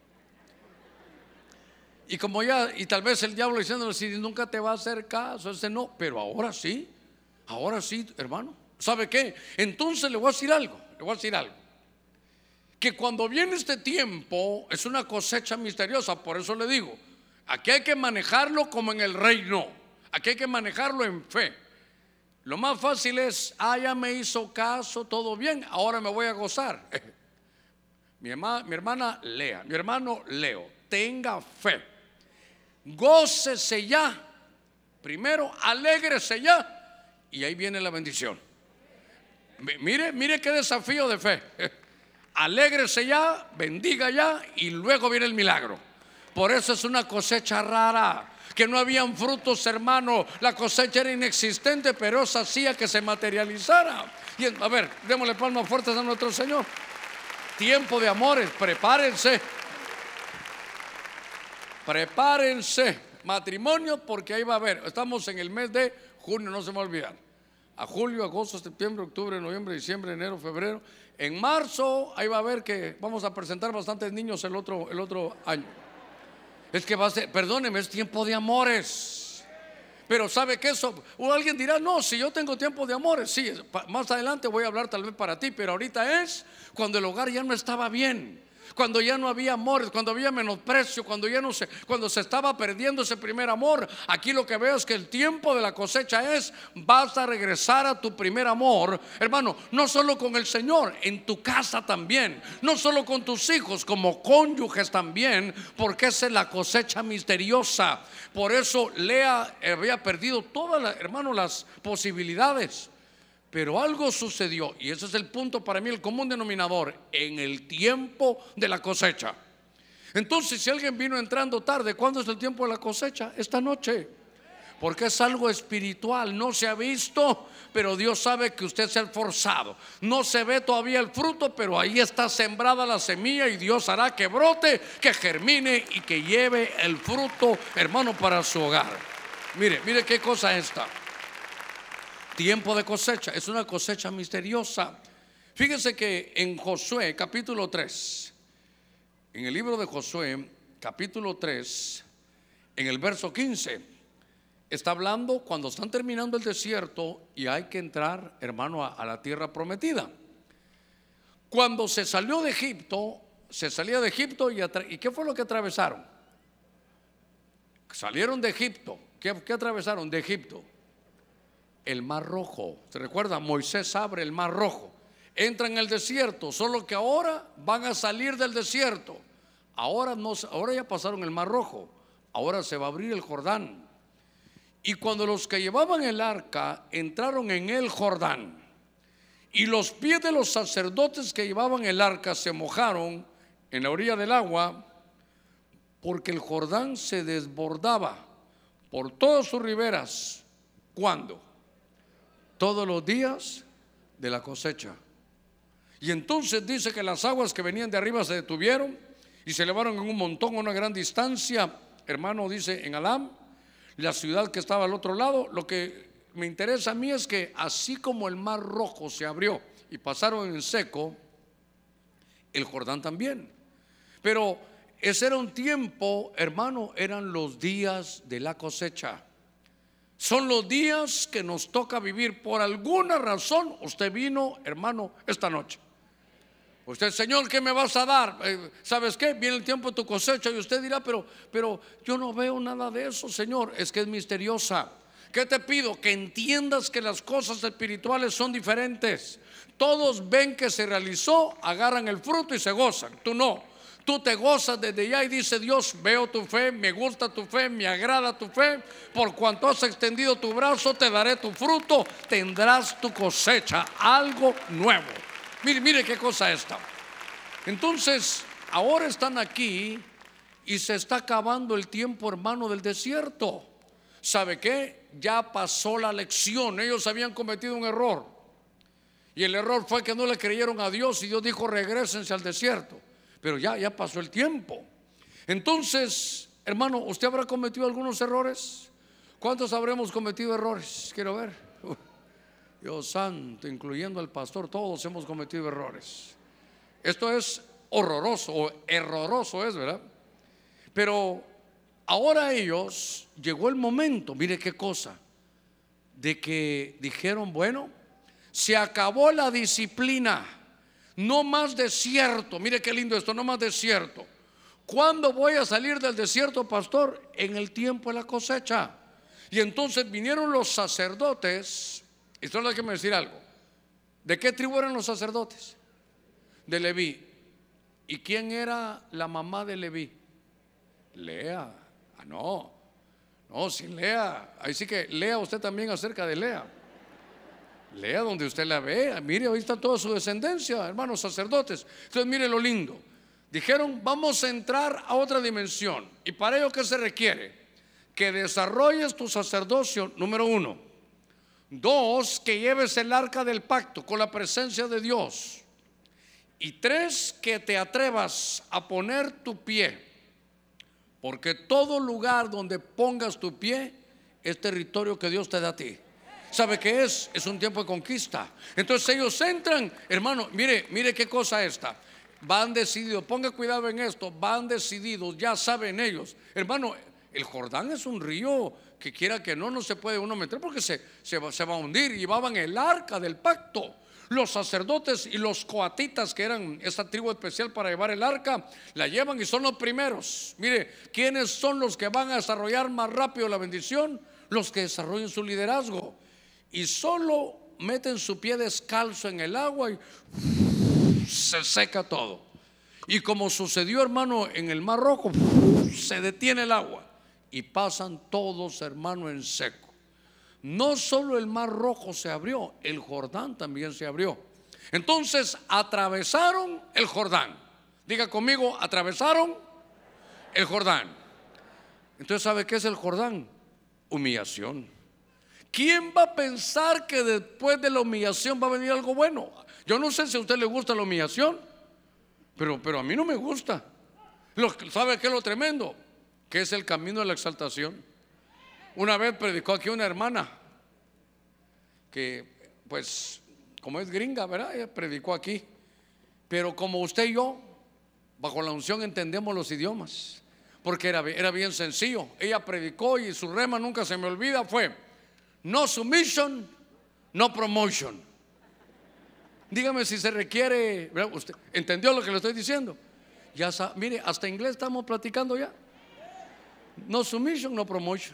Y como y tal vez el diablo diciéndole, si nunca te va a hacer caso, ese no, pero ahora sí, hermano. ¿Sabe qué? Entonces le voy a decir algo. Que cuando viene este tiempo es una cosecha misteriosa. Por eso le digo, aquí hay que manejarlo como en el reino. Aquí hay que manejarlo en fe. Lo más fácil es, ya me hizo caso, todo bien, ahora me voy a gozar. Mi hermana Lea, mi hermano Leo, tenga fe. Gócese ya. Primero, alégrese ya. Y ahí viene la bendición. Mire qué desafío de fe. Alégrese ya, bendiga ya y luego viene el milagro. Por eso es una cosecha rara, que no habían frutos, hermano. La cosecha era inexistente, pero eso hacía que se materializara. Y a ver, démosle palmas fuertes a nuestro Señor. Tiempo de amores, prepárense. Prepárense, matrimonio, porque ahí va a haber. Estamos en el mes de junio, no se me va a olvidar. A julio, agosto, septiembre, octubre, noviembre, diciembre, enero, febrero. En marzo, ahí va a haber que vamos a presentar bastantes niños el otro año. Es que va a ser, perdóneme, es tiempo de amores. Pero ¿sabe qué eso? O alguien dirá, no, si yo tengo tiempo de amores. Sí, más adelante voy a hablar tal vez para ti, pero ahorita es cuando el hogar ya no estaba bien, cuando ya no había amores, cuando había menosprecio, cuando se estaba perdiendo ese primer amor. Aquí lo que veo es que el tiempo de la cosecha es: vas a regresar a tu primer amor, hermano, no solo con el Señor, en tu casa también, no solo con tus hijos, como cónyuges también, porque esa es la cosecha misteriosa. Por eso Lea había perdido todas, hermano, las posibilidades. Pero algo sucedió, y ese es el punto para mí, el común denominador, en el tiempo de la cosecha. Entonces, si alguien vino entrando tarde, ¿cuándo es el tiempo de la cosecha? Esta noche, porque es algo espiritual, no se ha visto, pero Dios sabe que usted se ha esforzado. No se ve todavía el fruto, pero ahí está sembrada la semilla, y Dios hará que brote, que germine y que lleve el fruto, hermano, para su hogar. Mire qué cosa esta. Tiempo de cosecha, es una cosecha misteriosa. Fíjense que en Josué capítulo 3, en el libro de Josué capítulo 3, en el verso 15, está hablando cuando están terminando el desierto y hay que entrar, hermano, a la tierra prometida. Cuando se salió de Egipto, se salía de Egipto y ¿qué fue lo que atravesaron? Salieron de Egipto. ¿Qué atravesaron de Egipto? El Mar Rojo. ¿Se recuerda? Moisés abre el Mar Rojo, entran en el desierto, solo que ahora van a salir del desierto. Ahora ya pasaron el Mar Rojo, ahora se va a abrir el Jordán. Y cuando los que llevaban el arca entraron en el Jordán, y los pies de los sacerdotes que llevaban el arca se mojaron en la orilla del agua, porque el Jordán se desbordaba por todas sus riberas. ¿Cuándo? Todos los días de la cosecha. Y entonces dice que las aguas que venían de arriba se detuvieron y se elevaron en un montón a una gran distancia, hermano, dice en Alam, la ciudad que estaba al otro lado. Lo que me interesa a mí es que así como el Mar Rojo se abrió y pasaron en seco, el Jordán también. Pero ese era un tiempo, hermano, eran los días de la cosecha. Son los días que nos toca vivir. Por alguna razón usted vino, hermano, esta noche. Usted, Señor, ¿qué me vas a dar? ¿Sabes qué? Viene el tiempo de tu cosecha. Y usted dirá, pero yo no veo nada de eso, Señor. Es que es misteriosa. ¿Qué te pido? Que entiendas que las cosas espirituales son diferentes. Todos ven que se realizó, agarran el fruto y se gozan. Tú no. Tú te gozas desde ya y dice Dios: veo tu fe, me gusta tu fe, me agrada tu fe. Por cuanto has extendido tu brazo, te daré tu fruto, tendrás tu cosecha, algo nuevo. Mire qué cosa esta. Entonces, ahora están aquí y se está acabando el tiempo, hermano, del desierto. ¿Sabe qué? Ya pasó la lección. Ellos habían cometido un error, y el error fue que no le creyeron a Dios, y Dios dijo: regrésense al desierto. Pero ya pasó el tiempo. Entonces, hermano, ¿usted habrá cometido algunos errores? ¿Cuántos habremos cometido errores? Quiero ver. Dios santo, incluyendo al pastor, todos hemos cometido errores. Esto es horroroso, o erroroso es, ¿verdad? Pero ahora ellos, llegó el momento, mire qué cosa, de que dijeron: bueno, se acabó la disciplina. No más desierto. Mire qué lindo esto, no más desierto. ¿Cuándo voy a salir del desierto, pastor? En el tiempo de la cosecha. Y entonces vinieron los sacerdotes. Y solo déjeme decir algo. ¿De qué tribu eran los sacerdotes? De Leví. ¿Y quién era la mamá de Leví? Lea. No, sin Lea. Ahí sí que lea usted también acerca de Lea. Lea donde usted la vea. Mire, ahí está toda su descendencia, hermanos sacerdotes. Entonces mire lo lindo. Dijeron, vamos a entrar a otra dimensión. ¿Y para ello qué se requiere? Que desarrolles tu sacerdocio, número 1. 2, que lleves el arca del pacto con la presencia de Dios. Y 3, que te atrevas a poner tu pie, porque todo lugar donde pongas tu pie es territorio que Dios te da a ti. ¿Sabe qué es? Es un tiempo de conquista. Entonces ellos entran, hermano, mire qué cosa esta. Van decididos, ponga cuidado en esto, van decididos, ya saben ellos. Hermano, el Jordán es un río que quiera que no se puede uno meter porque se va a hundir. Llevaban el arca del pacto. Los sacerdotes y los coatitas, que eran esa tribu especial para llevar el arca, la llevan y son los primeros. Mire, ¿quiénes son los que van a desarrollar más rápido la bendición? Los que desarrollen su liderazgo. Y solo meten su pie descalzo en el agua y se seca todo. Y como sucedió, hermano, en el Mar Rojo, se detiene el agua y pasan todos, hermano, en seco. No solo el Mar Rojo se abrió, el Jordán también se abrió. Entonces atravesaron el Jordán. Diga conmigo, atravesaron el Jordán. Entonces, ¿sabe qué es el Jordán? Humillación. ¿Quién va a pensar que después de la humillación va a venir algo bueno? Yo no sé si a usted le gusta la humillación, pero a mí no me gusta. ¿Sabe qué es lo tremendo? Que es el camino de la exaltación. Una vez predicó aquí una hermana que, pues, como es gringa, ¿verdad? Ella predicó aquí. Pero como usted y yo, bajo la unción, entendemos los idiomas, porque era bien sencillo. Ella predicó y su rema, nunca se me olvida, fue: no submission, no promotion. Dígame si se requiere, ¿verdad? ¿Usted entendió lo que le estoy diciendo? Ya sabe, mire, hasta inglés estamos platicando ya. No submission, no promotion.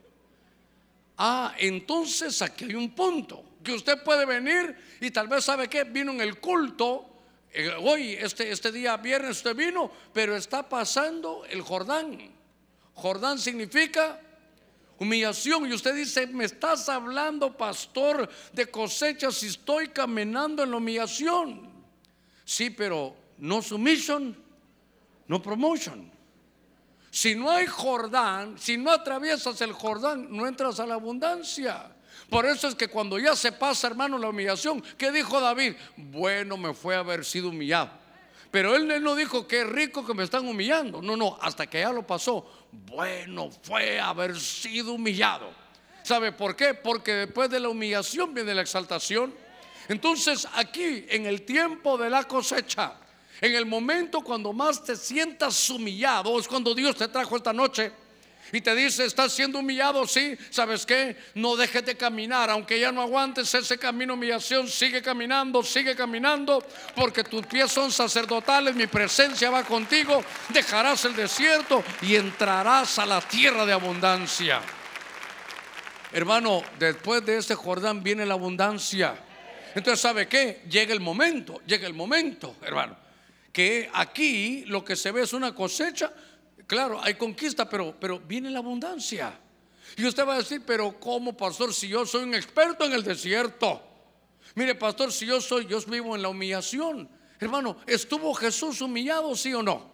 Entonces aquí hay un punto que usted puede venir y tal vez, ¿sabe qué? Vino en el culto hoy, este día viernes usted vino, pero está pasando el Jordán. Jordán significa humillación. Y usted dice: me estás hablando, pastor, de cosechas si estoy caminando en la humillación. Sí, pero no submission, no promotion. Si no hay Jordán, si no atraviesas el Jordán, no entras a la abundancia. Por eso es que cuando ya se pasa, hermano, la humillación, ¿qué dijo David? Bueno me fue haber sido humillado. Pero él no dijo: qué rico que me están humillando. No, hasta que ya lo pasó. Bueno fue haber sido humillado. ¿Sabe por qué? Porque después de la humillación viene la exaltación. Entonces aquí, en el tiempo de la cosecha, en el momento cuando más te sientas humillado, es cuando Dios te trajo esta noche y te dice: estás siendo humillado, sí. ¿Sabes qué? No dejes de caminar, aunque ya no aguantes ese camino de humillación. Sigue caminando, porque tus pies son sacerdotales. Mi presencia va contigo. Dejarás el desierto y entrarás a la tierra de abundancia. Hermano, después de este Jordán viene la abundancia. Entonces, ¿sabe qué? Llega el momento, hermano, que aquí lo que se ve es una cosecha. Claro, hay conquista, pero viene la abundancia. Y usted va a decir: pero ¿cómo, pastor, si yo soy un experto en el desierto? Mire, pastor, si yo vivo en la humillación. Hermano, ¿estuvo Jesús humillado, sí o no?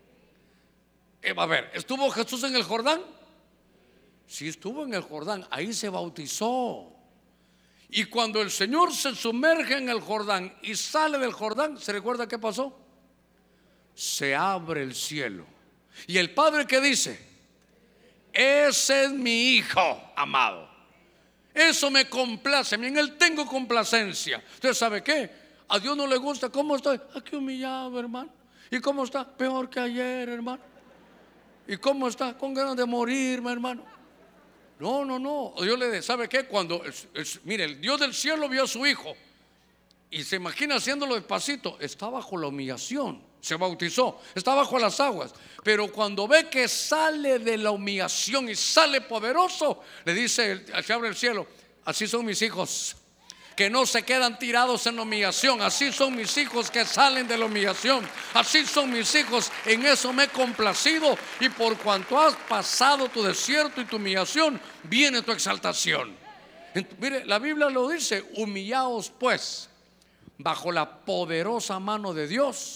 A ver, ¿estuvo Jesús en el Jordán? Sí, estuvo en el Jordán. Ahí se bautizó. Y cuando el Señor se sumerge en el Jordán y sale del Jordán, ¿se recuerda qué pasó? Se abre el cielo. Y el Padre, ¿qué dice? Ese es mi Hijo amado. Eso me complace. En Él tengo complacencia. ¿Usted sabe qué? A Dios no le gusta. ¿Cómo estoy? Aquí humillado, hermano. ¿Y cómo está? Peor que ayer, hermano. ¿Y cómo está? Con ganas de morirme, hermano. No. Dios le dice: ¿sabe qué? Cuando mire, el Dios del cielo vio a su Hijo y se imagina haciéndolo despacito. Está bajo la humillación. Se bautizó, está bajo las aguas. Pero cuando ve que sale de la humillación y sale poderoso, le dice: se abre el cielo. Así son mis hijos, que no se quedan tirados en la humillación. Así son mis hijos, que salen de la humillación. Así son mis hijos, en eso me he complacido. Y por cuanto has pasado tu desierto y tu humillación, viene tu exaltación. Mire, la Biblia lo dice: humillaos pues bajo la poderosa mano de Dios,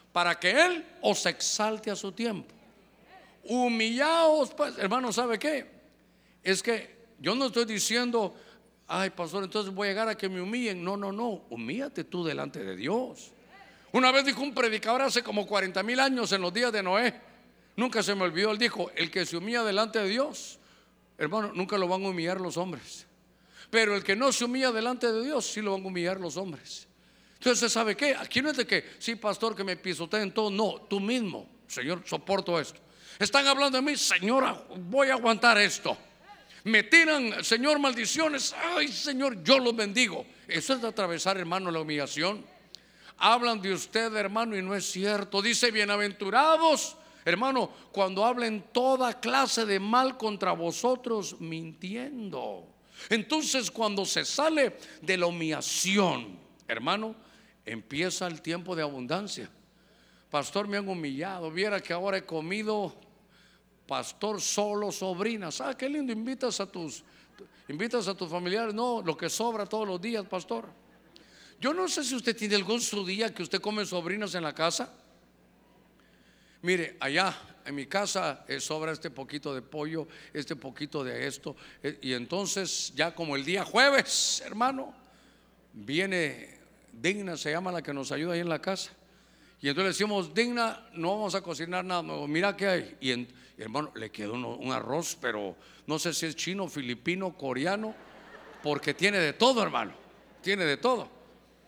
para que Él os exalte a su tiempo. Humillaos pues, hermano, ¿sabe qué? Es que yo no estoy diciendo, ay pastor, entonces voy a llegar a que me humillen. No, no, no, humíllate tú delante de Dios. Una vez dijo un predicador hace como 40,000 años, en los días de Noé, nunca se me olvidó, él dijo: el que se humilla delante de Dios, hermano, nunca lo van a humillar los hombres, pero el que no se humilla delante de Dios, sí lo van a humillar los hombres. Entonces, ¿sabe qué? Aquí no es de que, sí pastor, que me pisoteen todo. No, tú mismo: Señor, soporto esto. Están hablando de mí, Señor, voy a aguantar esto. Me tiran, Señor, maldiciones. Ay, Señor, yo los bendigo. Eso es de atravesar, hermano, la humillación. Hablan de usted, hermano, y no es cierto. Dice: bienaventurados, hermano, cuando hablen toda clase de mal contra vosotros, mintiendo. Entonces, cuando se sale de la humillación, hermano, empieza el tiempo de abundancia. Pastor, me han humillado. Viera que ahora he comido, pastor, solo sobrinas. Ah, qué lindo, invitas a tus familiares. No, lo que sobra todos los días, pastor. Yo no sé si usted tiene algún su día que usted come sobrinas en la casa. Mire, allá en mi casa sobra este poquito de pollo, este poquito de esto, y entonces ya como el día jueves, hermano, viene Digna, se llama la que nos ayuda ahí en la casa. Y entonces le decimos: Digna, no vamos a cocinar nada, mira qué hay. Y hermano, le quedó un arroz, pero no sé si es chino, filipino, coreano, porque tiene de todo, hermano, tiene de todo.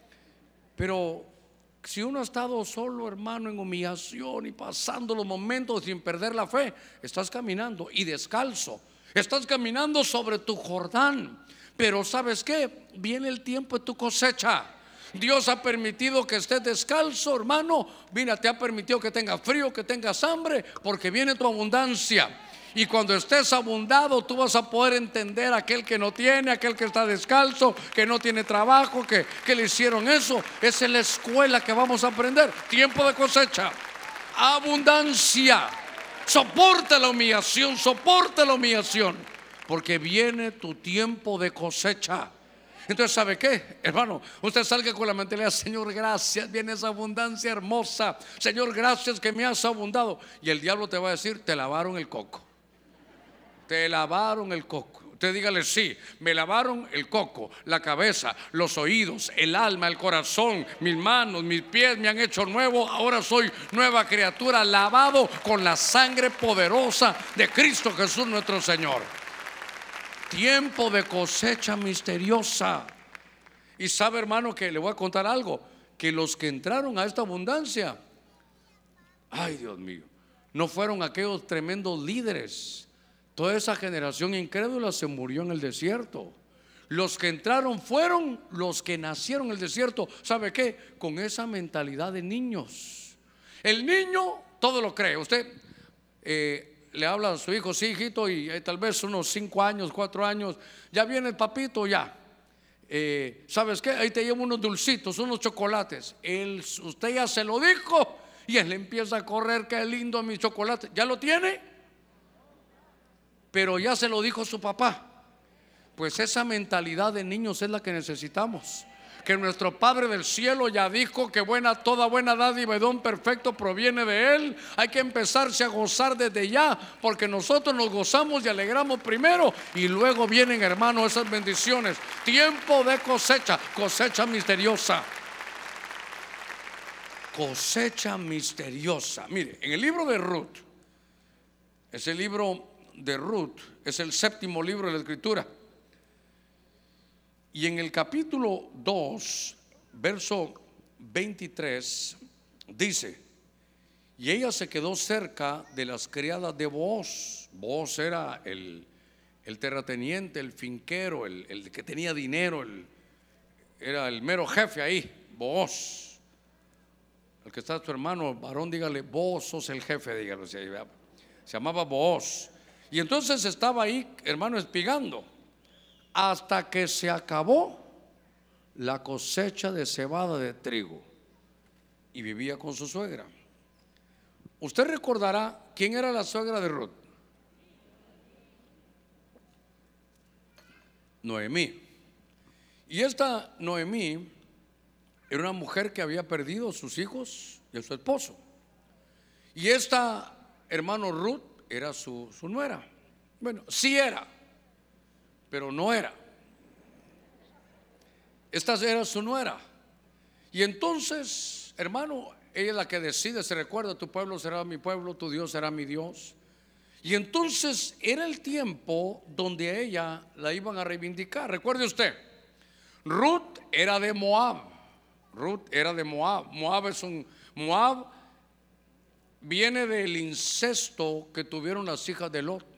Pero si uno ha estado solo, hermano, en humillación y pasando los momentos sin perder la fe, estás caminando y descalzo, estás caminando sobre tu Jordán. Pero ¿sabes qué? Viene el tiempo de tu cosecha. Dios ha permitido que estés descalzo, hermano. Mira, te ha permitido que tengas frío, que tengas hambre, porque viene tu abundancia. Y cuando estés abundado, tú vas a poder entender a aquel que no tiene, aquel que está descalzo, que no tiene trabajo, que le hicieron eso. Esa es la escuela que vamos a aprender. Tiempo de cosecha, abundancia. Soporta la humillación, porque viene tu tiempo de cosecha. Entonces, ¿sabe qué, hermano? Usted salga con la mentalidad: Señor, gracias, viene esa abundancia hermosa. Señor, gracias que me has abundado. Y el diablo te va a decir: te lavaron el coco. Te lavaron el coco. Usted dígale: sí, me lavaron el coco, la cabeza, los oídos, el alma, el corazón, mis manos, mis pies me han hecho nuevo. Ahora soy nueva criatura, lavado con la sangre poderosa de Cristo Jesús nuestro Señor. Tiempo de cosecha misteriosa. Y sabe, hermano, que le voy a contar algo: que los que entraron a esta abundancia, ay Dios mío, no fueron aquellos tremendos líderes. Toda esa generación incrédula se murió en el desierto. Los que entraron fueron los que nacieron en el desierto. ¿Sabe qué? Con esa mentalidad de niños. El niño todo lo cree. Usted le habla a su hijo: sí, hijito, y tal vez unos 5 años, 4 años, ya viene el papito, ya. ¿Sabes qué? Ahí te llevo unos dulcitos, unos chocolates. Usted ya se lo dijo y él empieza a correr: qué lindo mi chocolate. ¿Ya lo tiene? Pero ya se lo dijo su papá. Pues esa mentalidad de niños es la que necesitamos. Que nuestro Padre del cielo ya dijo que toda buena dádiva y don perfecto proviene de Él. Hay que empezarse a gozar desde ya, porque nosotros nos gozamos y alegramos primero, y luego vienen, hermano, esas bendiciones. Tiempo de cosecha, cosecha misteriosa. Cosecha misteriosa. Mire, en el libro de Ruth, ese libro de Ruth es el 7º libro de la Escritura, y en el capítulo 2, verso 23, dice: y ella se quedó cerca de las criadas de Booz. Booz era el terrateniente, el finquero, el que tenía dinero, era el mero jefe ahí, Booz. El que está tu hermano varón, dígale: Booz, sos el jefe, dígalo. Se llamaba Booz. Y entonces estaba ahí, hermano, espigando, hasta que se acabó la cosecha de cebada de trigo, y vivía con su suegra. Usted recordará quién era la suegra de Ruth. Noemí. Y esta Noemí era una mujer que había perdido sus hijos y a su esposo. Y esta, hermano, Ruth era su nuera. Bueno, sí era, pero no era. Esta era su nuera. Y entonces, hermano, ella es la que decide, se recuerda: tu pueblo será mi pueblo, tu Dios será mi Dios. Y entonces era el tiempo donde a ella la iban a reivindicar. Recuerde usted, Ruth era de Moab. Ruth era de Moab. Moab viene del incesto que tuvieron las hijas de Lot.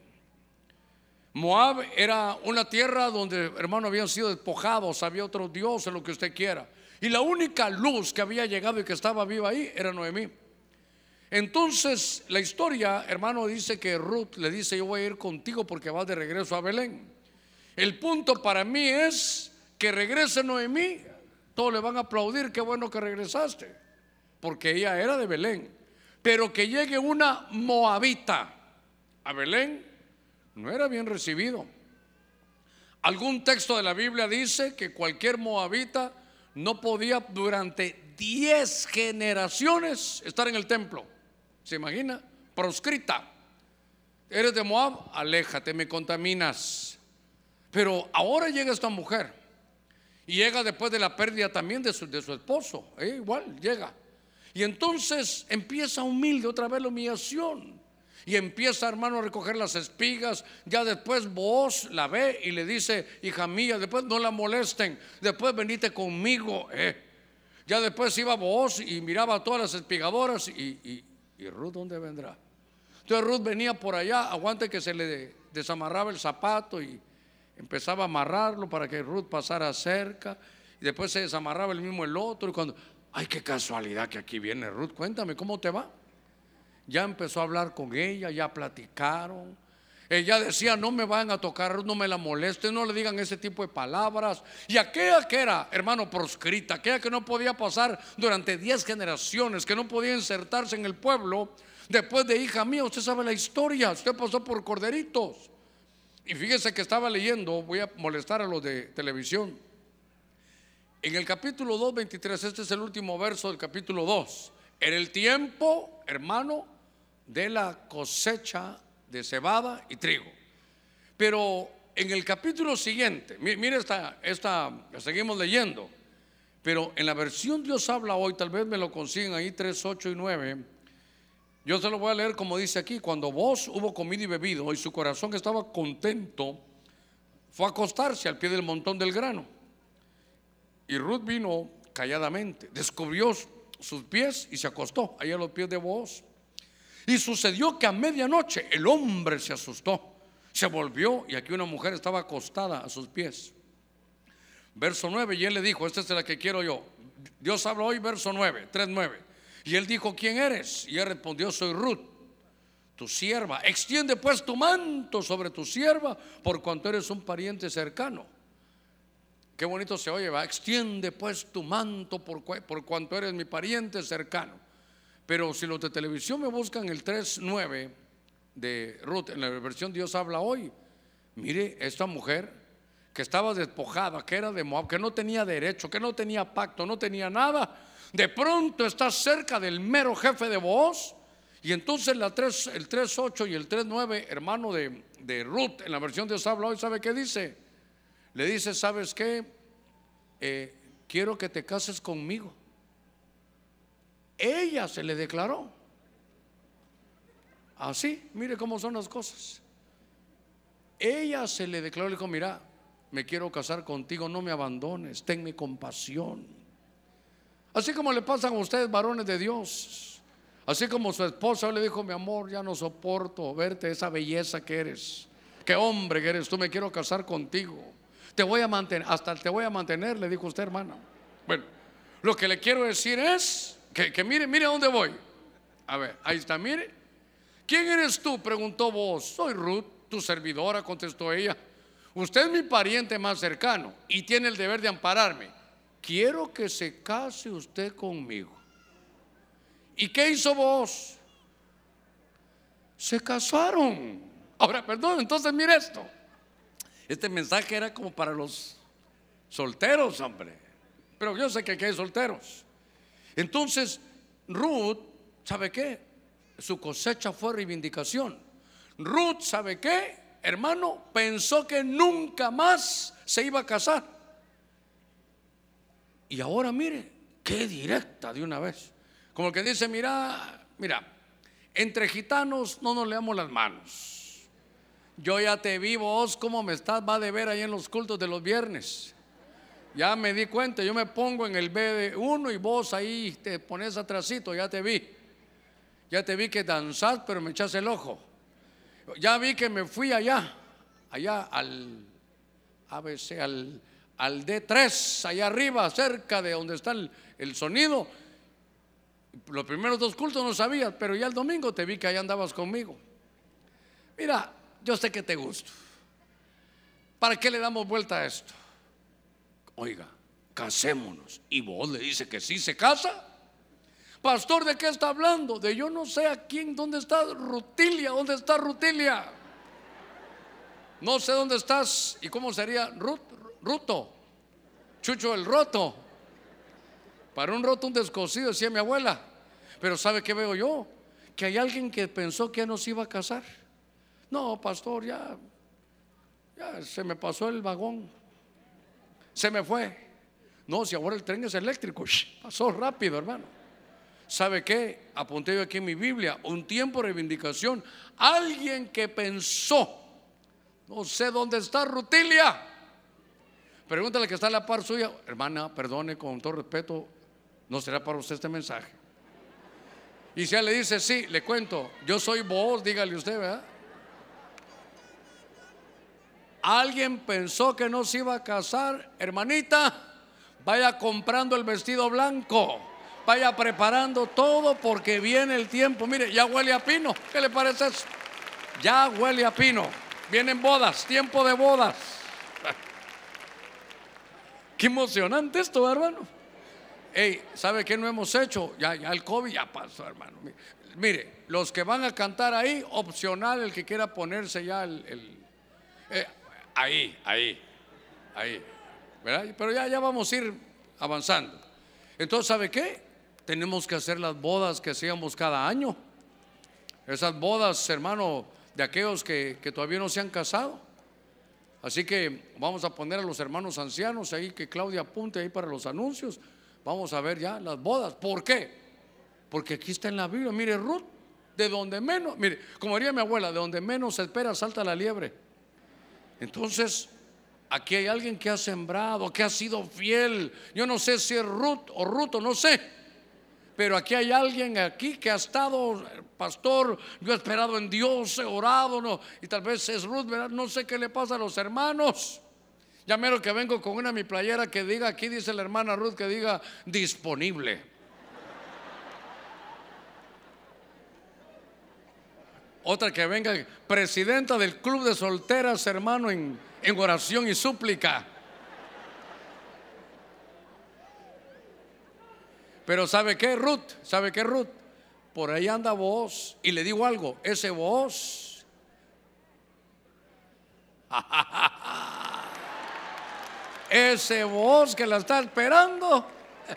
Moab era una tierra donde, hermano, habían sido despojados, había otros dioses, lo que usted quiera. Y la única luz que había llegado y que estaba viva ahí era Noemí. Entonces la historia, hermano, dice que Ruth le dice: yo voy a ir contigo porque vas de regreso a Belén. El punto para mí es que regrese Noemí, todos le van a aplaudir: qué bueno que regresaste, porque ella era de Belén. Pero que llegue una moabita a Belén no era bien recibido. Algún texto de la Biblia dice que cualquier moabita no podía durante 10 generaciones estar en el templo. ¿Se imagina? Proscrita. Eres de Moab, aléjate, me contaminas. Pero ahora llega esta mujer, y llega después de la pérdida también de su esposo. Igual llega. Y entonces empieza humilde otra vez la humillación. Y empieza, hermano, a recoger las espigas. Ya después Booz la ve y le dice: hija mía, después no la molesten, después venite conmigo. Ya después iba Booz y miraba a todas las espigadoras. ¿Y Ruth dónde vendrá? Entonces Ruth venía por allá, aguante que se le desamarraba el zapato y empezaba a amarrarlo para que Ruth pasara cerca. Y después se desamarraba el otro. Y cuando, ay, qué casualidad que aquí viene Ruth, cuéntame, ¿cómo te va? Ya empezó a hablar con ella, ya platicaron. Ella decía: no me van a tocar, no me la molesten, no le digan ese tipo de palabras. Y aquella que era, hermano, proscrita, aquella que no podía pasar durante 10 generaciones, que no podía insertarse en el pueblo, después de: hija mía, usted sabe la historia, usted pasó por corderitos. Y fíjese que estaba leyendo, voy a molestar a los de televisión, en el capítulo 2, 23, este es el último verso del capítulo 2. Era el tiempo, hermano, de la cosecha de cebada y trigo. Pero en el capítulo siguiente, mire seguimos leyendo, pero en la versión Dios habla hoy, tal vez me lo consiguen ahí 3, 8 y 9. Yo se lo voy a leer como dice aquí: cuando Booz hubo comido y bebido y su corazón estaba contento, fue a acostarse al pie del montón del grano. Y Ruth vino calladamente, descubrió sus pies y se acostó ahí a los pies de Booz. Y sucedió que a medianoche el hombre se asustó, se volvió, y aquí una mujer estaba acostada a sus pies. Verso 9, y él le dijo: esta es la que quiero yo. Dios habla hoy, verso 9, 3:9. Y él dijo: ¿quién eres? Y él respondió: soy Ruth, tu sierva. Extiende pues tu manto sobre tu sierva, por cuanto eres un pariente cercano. Qué bonito se oye, ¿va? Extiende pues tu manto por cuanto eres mi pariente cercano. Pero si los de televisión me buscan el 3:9 de Ruth en la versión Dios habla hoy, mire, esta mujer que estaba despojada, que era de Moab, que no tenía derecho, que no tenía pacto, no tenía nada, de pronto está cerca del mero jefe de Booz. Y entonces el 3:8 y el 3:9, hermano, de Ruth en la versión Dios habla hoy, ¿sabe qué dice? Le dice: ¿sabes qué? Quiero que te cases conmigo. Ella se le declaró así. Mire cómo son las cosas. Ella se le declaró, le dijo: mira, me quiero casar contigo, no me abandones, tenme compasión. Así como le pasan a ustedes, varones de Dios. Así como su esposa le dijo: mi amor, ya no soporto verte, esa belleza que eres, qué hombre que eres tú, me quiero casar contigo, te voy a mantener, hasta te voy a mantener, le dijo usted, hermana. Bueno, lo que le quiero decir es que mire a dónde voy. A ver, ahí está, mire. ¿Quién eres tú?, preguntó Booz. Soy Ruth, tu servidora, contestó ella. Usted es mi pariente más cercano y tiene el deber de ampararme. Quiero que se case usted conmigo. ¿Y qué hizo Booz? Se casaron. Ahora, perdón, entonces mire esto. Este mensaje era como para los solteros, hombre. Pero yo sé que aquí hay solteros. Entonces, Ruth, ¿sabe qué? Su cosecha fue reivindicación. Ruth, ¿sabe qué? Hermano, pensó que nunca más se iba a casar. Y ahora mire, qué directa de una vez. Como el que dice, mira, entre gitanos no nos leamos las manos. Yo ya te vi vos cómo me estás, va de ver ahí en los cultos de los viernes. Ya me di cuenta, yo me pongo en el B1 y vos ahí te pones atrasito, ya te vi. Ya te vi que danzás, pero me echás el ojo. Ya vi que me fui allá al ABC, al D3, allá arriba, cerca de donde está el sonido. Los primeros 2 cultos no sabías, pero ya el domingo te vi que allá andabas conmigo. Mira, yo sé que te gusto. ¿Para qué le damos vuelta a esto? Oiga, casémonos. Y vos le dice que sí se casa. Pastor, ¿de qué está hablando? De yo no sé a quién, ¿dónde está Rutilia? ¿Dónde está Rutilia? No sé dónde estás. ¿Y cómo sería? Ruto, Chucho el roto. Para un roto, un descosido, decía mi abuela. Pero ¿sabe qué veo yo? Que hay alguien que pensó que ya no se iba a casar. No, pastor, ya se me pasó el vagón. Se me fue. No, si ahora el tren es eléctrico, pasó rápido, hermano. ¿Sabe qué? Apunté yo aquí en mi Biblia, un tiempo de reivindicación. Alguien que pensó, no sé dónde está Rutilia. Pregúntale que está a la par suya, hermana, perdone con todo respeto, no será para usted este mensaje. Y si ella le dice, sí, le cuento, yo soy vos, dígale usted, ¿verdad? Alguien pensó que no se iba a casar, hermanita, vaya comprando el vestido blanco, vaya preparando todo porque viene el tiempo. Mire, ya huele a pino. ¿Qué le parece eso? Ya huele a pino. Vienen bodas, tiempo de bodas. Qué emocionante esto, hermano. Hey, ¿sabe qué no hemos hecho? Ya el COVID ya pasó, hermano. Mire, los que van a cantar ahí, opcional el que quiera ponerse ya ahí, ¿verdad? Pero ya vamos a ir avanzando. Entonces, ¿sabe qué? Tenemos que hacer las bodas que hacíamos cada año. Esas bodas, hermano, de aquellos que todavía no se han casado. Así que vamos a poner a los hermanos ancianos ahí, que Claudia apunte ahí para los anuncios. Vamos a ver ya las bodas. ¿Por qué? Porque aquí está en la Biblia. Mire, Ruth, de donde menos, mire, como diría mi abuela, de donde menos se espera salta la liebre. Entonces, aquí hay alguien que ha sembrado, que ha sido fiel. Yo no sé si es Ruth o Ruto, no sé. Pero aquí hay alguien aquí que ha estado, pastor, yo he esperado en Dios, he orado, no, y tal vez es Ruth, ¿verdad? No sé qué le pasa a los hermanos. Ya mero que vengo con una mi playera que diga, aquí dice la hermana Ruth, que diga disponible. Otra que venga, presidenta del club de solteras, hermano, en oración y súplica. Pero ¿sabe qué, Ruth? ¿Sabe qué, Ruth? Por ahí anda vos. Y le digo algo, ese vos ese vos que la está esperando,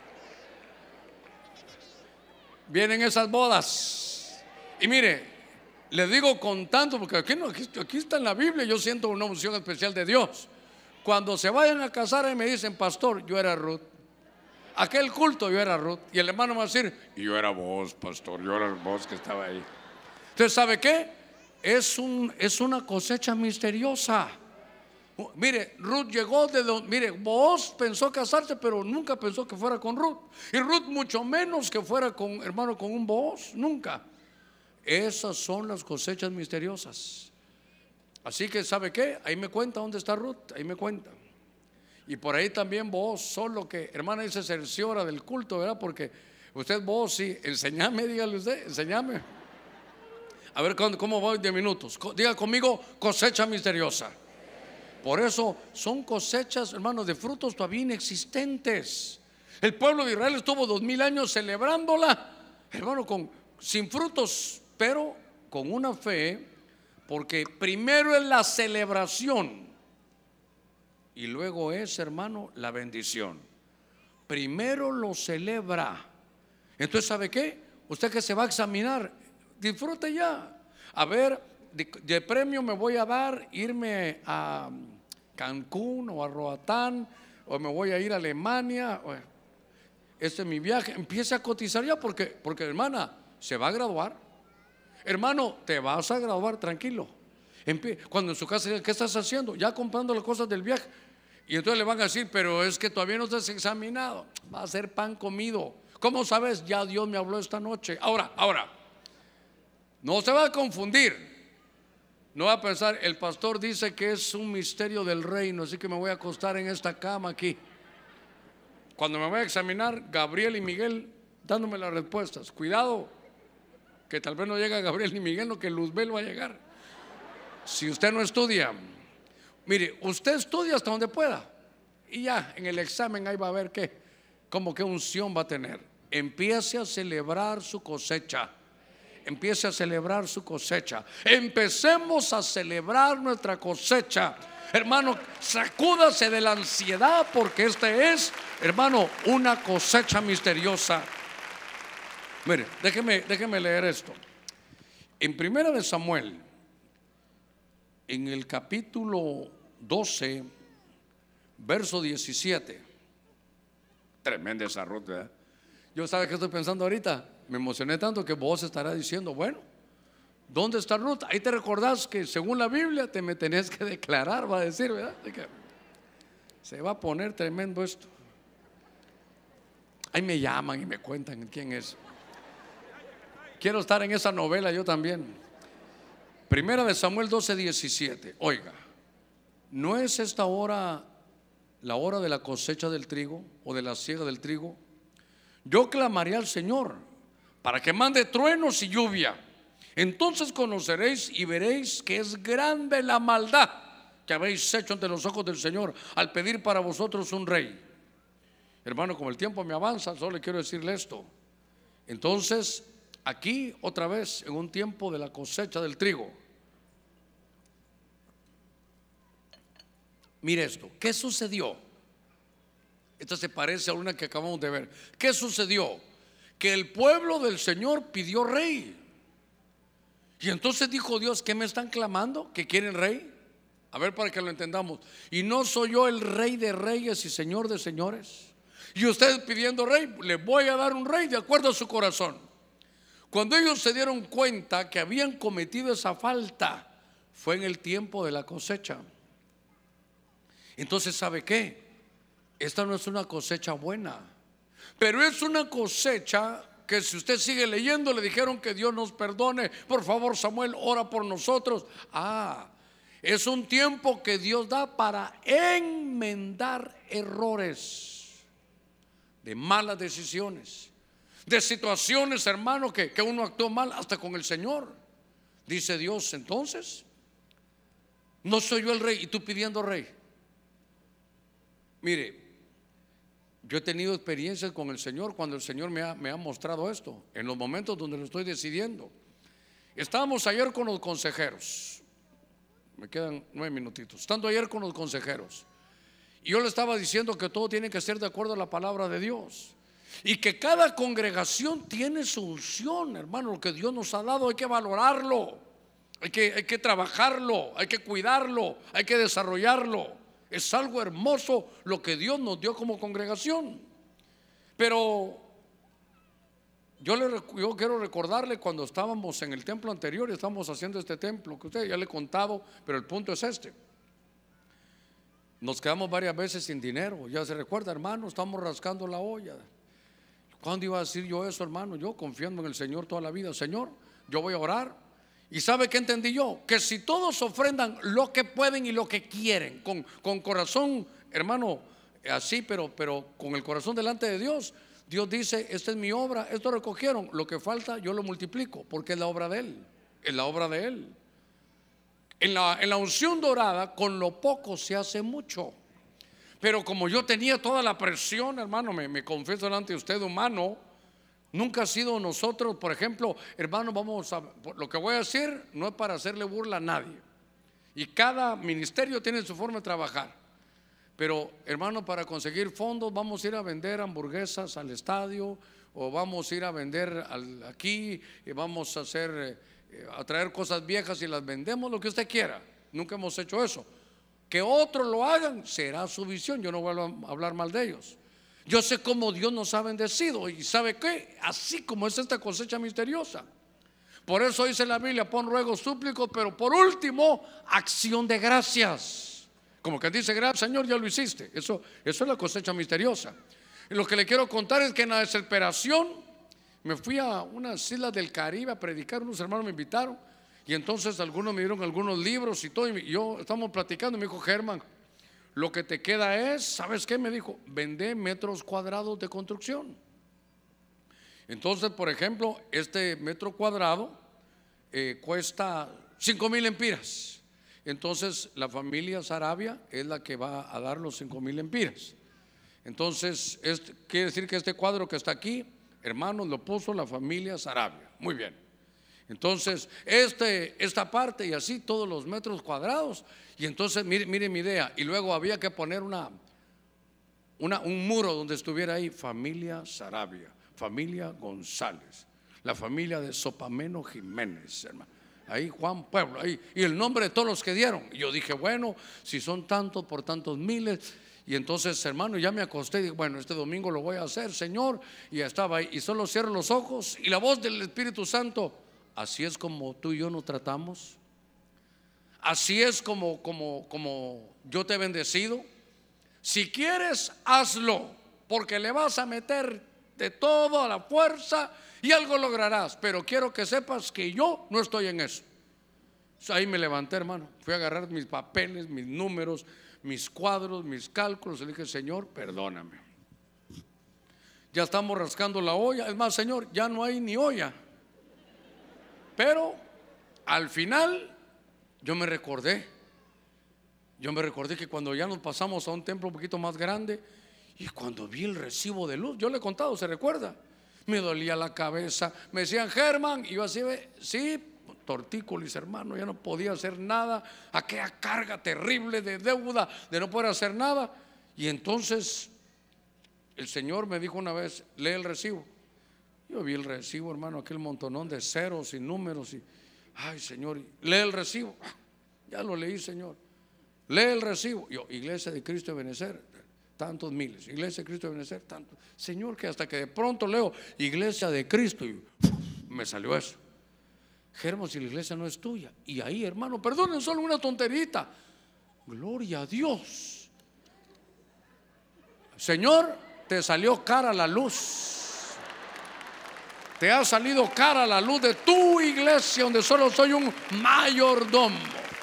vienen esas bodas. Y mire, le digo con tanto, porque aquí está en la Biblia. Yo siento una unción especial de Dios. Cuando se vayan a casar y me dicen, pastor, yo era Ruth. Aquel culto yo era Ruth. Y el hermano me va a decir, y yo era vos, pastor, yo era vos que estaba ahí. Entonces, ¿sabe qué? Es una cosecha misteriosa. Mire, Ruth llegó de donde, mire, vos pensó casarse, pero nunca pensó que fuera con Ruth. Y Ruth mucho menos que fuera con, hermano, con un vos, nunca. Esas son las cosechas misteriosas. Así que, ¿sabe qué? Ahí me cuenta dónde está Ruth, ahí me cuenta. Y por ahí también vos, solo que, hermana, dice cerciora del culto, ¿verdad? Porque usted, vos, sí, enséñame, dígale usted, enséñame. A ver, ¿cómo voy de minutos? Diga conmigo, cosecha misteriosa. Por eso son cosechas, hermanos, de frutos todavía inexistentes. El pueblo de Israel estuvo 2000 años celebrándola, hermano, sin frutos, pero con una fe, porque primero es la celebración y luego es, hermano, la bendición. Primero lo celebra Entonces, ¿sabe qué? Usted que se va a examinar, disfrute ya. A ver, de premio me voy a dar irme a Cancún o a Roatán, o me voy a ir a Alemania. Este es mi viaje. Empiece a cotizar ya, porque hermana, se va a graduar. Hermano, te vas a graduar, tranquilo. Cuando en su casa digan, ¿qué estás haciendo? Ya comprando las cosas del viaje. Y entonces le van a decir, pero es que todavía no estás examinado. Va a ser pan comido. ¿Cómo sabes? Ya Dios me habló esta noche. Ahora, no se va a confundir. No va a pensar, el pastor dice que es un misterio del reino, así que me voy a acostar en esta cama aquí. Cuando me voy a examinar, Gabriel y Miguel dándome las respuestas. Cuidado, que tal vez no llega Gabriel ni Miguel, no, que Luzbel va a llegar. Si usted no estudia, mire, usted estudia hasta donde pueda, y ya en el examen ahí va a ver como qué unción va a tener. Empiece a celebrar su cosecha. Empiece a celebrar su cosecha. Empecemos a celebrar nuestra cosecha. Hermano, sacúdase de la ansiedad, porque este es, hermano, una cosecha misteriosa. Mire, déjeme leer esto. En Primera de Samuel, en el capítulo 12, verso 17. Tremenda esa ruta, ¿verdad? Yo, ¿sabe qué estoy pensando ahorita? Me emocioné tanto que vos estarás diciendo, bueno, ¿dónde está Ruth? Ahí te recordás que según la Biblia te me tenés que declarar, va a decir, ¿verdad? De que se va a poner tremendo esto. Ahí me llaman y me cuentan quién es. Quiero estar en esa novela yo también. Primera de Samuel 12, 17. Oiga, ¿no es esta hora la hora de la cosecha del trigo o de la siega del trigo? Yo clamaré al Señor para que mande truenos y lluvia. Entonces conoceréis y veréis que es grande la maldad que habéis hecho ante los ojos del Señor al pedir para vosotros un rey. Hermano, como el tiempo me avanza, solo le quiero decirle esto. Entonces, aquí otra vez, en un tiempo de la cosecha del trigo, mire esto, ¿qué sucedió? Esta se parece a una que acabamos de ver. ¿Qué sucedió? Que el pueblo del Señor pidió rey. Y entonces dijo Dios, ¿qué me están clamando? ¿Que quieren rey? A ver, para que lo entendamos. ¿Y no soy yo el rey de reyes y señor de señores? Y ustedes pidiendo rey, les voy a dar un rey de acuerdo a su corazón. Cuando ellos se dieron cuenta que habían cometido esa falta, fue en el tiempo de la cosecha. Entonces, ¿sabe qué? Esta no es una cosecha buena, pero es una cosecha que, si usted sigue leyendo, le dijeron que Dios nos perdone. Por favor, Samuel, ora por nosotros. Es un tiempo que Dios da para enmendar errores de malas decisiones, de situaciones, hermano, que uno actuó mal hasta con el Señor. Dice Dios, entonces, no soy yo el rey y tú pidiendo rey. Mire, yo he tenido experiencias con el Señor cuando el Señor me ha mostrado esto, en los momentos donde lo estoy decidiendo. Estábamos ayer con los consejeros, me quedan 9 minutitos. Estando ayer con los consejeros, y yo le estaba diciendo que todo tiene que ser de acuerdo a la palabra de Dios, y que cada congregación tiene su unción, hermano. Lo que Dios nos ha dado hay que valorarlo, hay que trabajarlo, hay que cuidarlo, hay que desarrollarlo. Es algo hermoso lo que Dios nos dio como congregación. Pero yo quiero recordarle, cuando estábamos en el templo anterior y estábamos haciendo este templo, que usted ya le he contado, pero el punto es este. Nos quedamos varias veces sin dinero. Ya se recuerda, hermano, estamos rascando la olla. ¿Cuándo iba a decir yo eso, hermano? Yo confiando en el Señor toda la vida. Señor, yo voy a orar. ¿Y sabe qué entendí yo? Que si todos ofrendan lo que pueden y lo que quieren, con corazón, hermano, así, pero con el corazón delante de Dios, Dios dice, esta es mi obra, esto recogieron, lo que falta yo lo multiplico, porque es la obra de Él, es la obra de Él. En la unción dorada, con lo poco se hace mucho. Pero como yo tenía toda la presión, hermano, me confieso delante de usted, humano, nunca ha sido nosotros, por ejemplo, hermano, lo que voy a decir no es para hacerle burla a nadie, y cada ministerio tiene su forma de trabajar, Pero hermano, para conseguir fondos vamos a ir a vender hamburguesas al estadio, o vamos a ir a vender aquí, y vamos a hacer, a traer cosas viejas y las vendemos, lo que usted quiera. Nunca hemos hecho eso. Que otros lo hagan será su visión, yo no vuelvo a hablar mal de ellos. Yo sé cómo Dios nos ha bendecido, y ¿sabe qué? Así como es esta cosecha misteriosa. Por eso dice la Biblia: pon ruegos, súplicos, pero por último, acción de gracias. Como que dice: gracias Señor, ya lo hiciste. Eso es la cosecha misteriosa. Y lo que le quiero contar es que en la desesperación me fui a unas islas del Caribe a predicar. Unos hermanos me invitaron, y entonces algunos me dieron algunos libros y todo, y yo estamos platicando. Me dijo: Germán, lo que te queda es, ¿sabes qué? Me dijo: vende metros cuadrados de construcción. Entonces, por ejemplo, este metro cuadrado cuesta 5,000 empiras. Entonces la familia Sarabia es la que va a dar los 5,000 empiras. Entonces quiere decir que este cuadro que está aquí, hermanos, lo puso la familia Sarabia. Muy bien. Entonces esta parte, y así todos los metros cuadrados. Y entonces mire mi idea. Y luego había que poner un muro donde estuviera ahí: familia Sarabia, familia González, la familia de Sopameno Jiménez, hermano. Ahí Juan Pueblo, ahí, y el nombre de todos los que dieron. Y yo dije: bueno, si son tantos por tantos miles. Y entonces, hermano, ya me acosté y dije: bueno, este domingo lo voy a hacer, Señor. Y ya estaba ahí, y solo cierro los ojos, y la voz del Espíritu Santo: así es como tú y yo nos tratamos, así es como yo te he bendecido. Si quieres, hazlo, porque le vas a meter de todo a la fuerza y algo lograrás. Pero quiero que sepas que yo no estoy en eso. Ahí me levanté, hermano, fui a agarrar mis papeles, mis números, mis cuadros, mis cálculos, y le dije: Señor, perdóname. Ya estamos rascando la olla. Es más, Señor, ya no hay ni olla. Pero al final yo me recordé que cuando ya nos pasamos a un templo un poquito más grande, y cuando vi el recibo de luz, yo le he contado, ¿se recuerda? Me dolía la cabeza, me decían: Germán, y yo así, sí, tortícolis, hermano, ya no podía hacer nada, aquella carga terrible de deuda, de no poder hacer nada. Y entonces el Señor me dijo una vez: lee el recibo. Yo vi el recibo, hermano, aquel montonón de ceros y números, y ay, Señor, lee el recibo. Ya lo leí, Señor. Lee el recibo. Yo: Iglesia de Cristo de Benecer, tantos miles. Iglesia de Cristo de Benecer, tantos. Señor, que hasta que de pronto leo Iglesia de Cristo, y me salió eso. Germán, si la iglesia no es tuya. Y ahí, hermano, perdonen, solo una tonterita. Gloria a Dios. Señor, te salió cara la luz. Te ha salido cara la luz de tu iglesia, donde solo soy un mayordomo.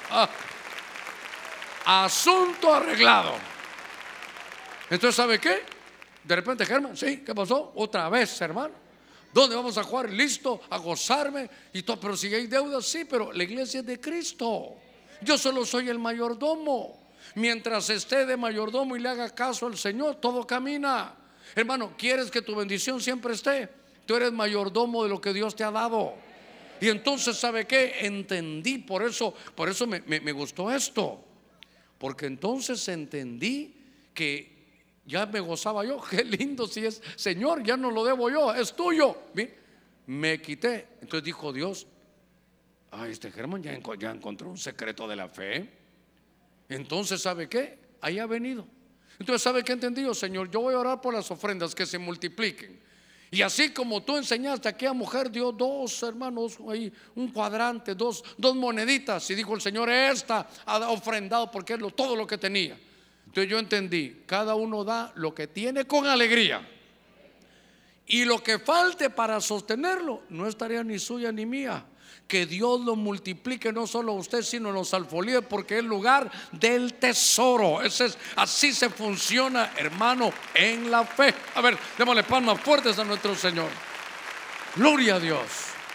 Asunto arreglado. Entonces, ¿sabe qué? De repente: Germán, sí, ¿qué pasó? Otra vez, hermano. ¿Dónde vamos a jugar? Listo, a gozarme y todo. Pero si hay deudas, sí, pero la iglesia es de Cristo. Yo solo soy el mayordomo. Mientras esté de mayordomo y le haga caso al Señor, todo camina. Hermano, ¿quieres que tu bendición siempre esté? Tú eres mayordomo de lo que Dios te ha dado. Y entonces, ¿sabe qué? Entendí, por eso me gustó esto. Porque entonces entendí que ya me gozaba yo. Qué lindo, si es, Señor, ya no lo debo yo, es tuyo. Bien, me quité. Entonces dijo Dios: ay, este Germán ya encontró un secreto de la fe. Entonces, ¿sabe qué? Ahí ha venido. Entonces, ¿sabe qué he entendido? Señor, yo voy a orar por las ofrendas, que se multipliquen. Y así como tú enseñaste, aquella mujer dio dos, hermanos, ahí un cuadrante, dos moneditas, y dijo el Señor: esta ha ofrendado porque es todo lo que tenía. Entonces yo entendí: cada uno da lo que tiene con alegría, y lo que falte para sostenerlo no es tarea ni suya ni mía. Que Dios lo multiplique, no solo a usted, sino en los alfolíes, porque es el lugar del tesoro. Así se funciona, hermano, en la fe. A ver, démosle palmas fuertes a nuestro Señor. Gloria a Dios.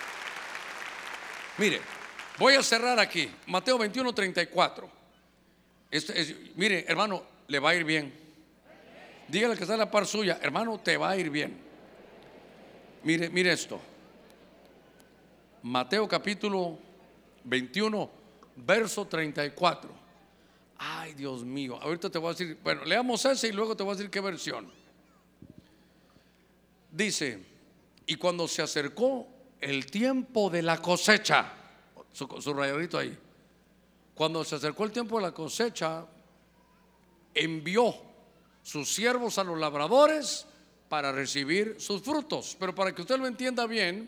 Mire, voy a cerrar aquí. Mateo 21:34. Mire, hermano, le va a ir bien. Dígale que está en la par suya: hermano, te va a ir bien. Mire esto. Mateo capítulo 21, verso 34. Ay, Dios mío, ahorita te voy a decir, bueno, leamos ese y luego te voy a decir qué versión. Dice: y cuando se acercó el tiempo de la cosecha, su rayadito ahí, cuando se acercó el tiempo de la cosecha, envió sus siervos a los labradores para recibir sus frutos. Pero para que usted lo entienda bien,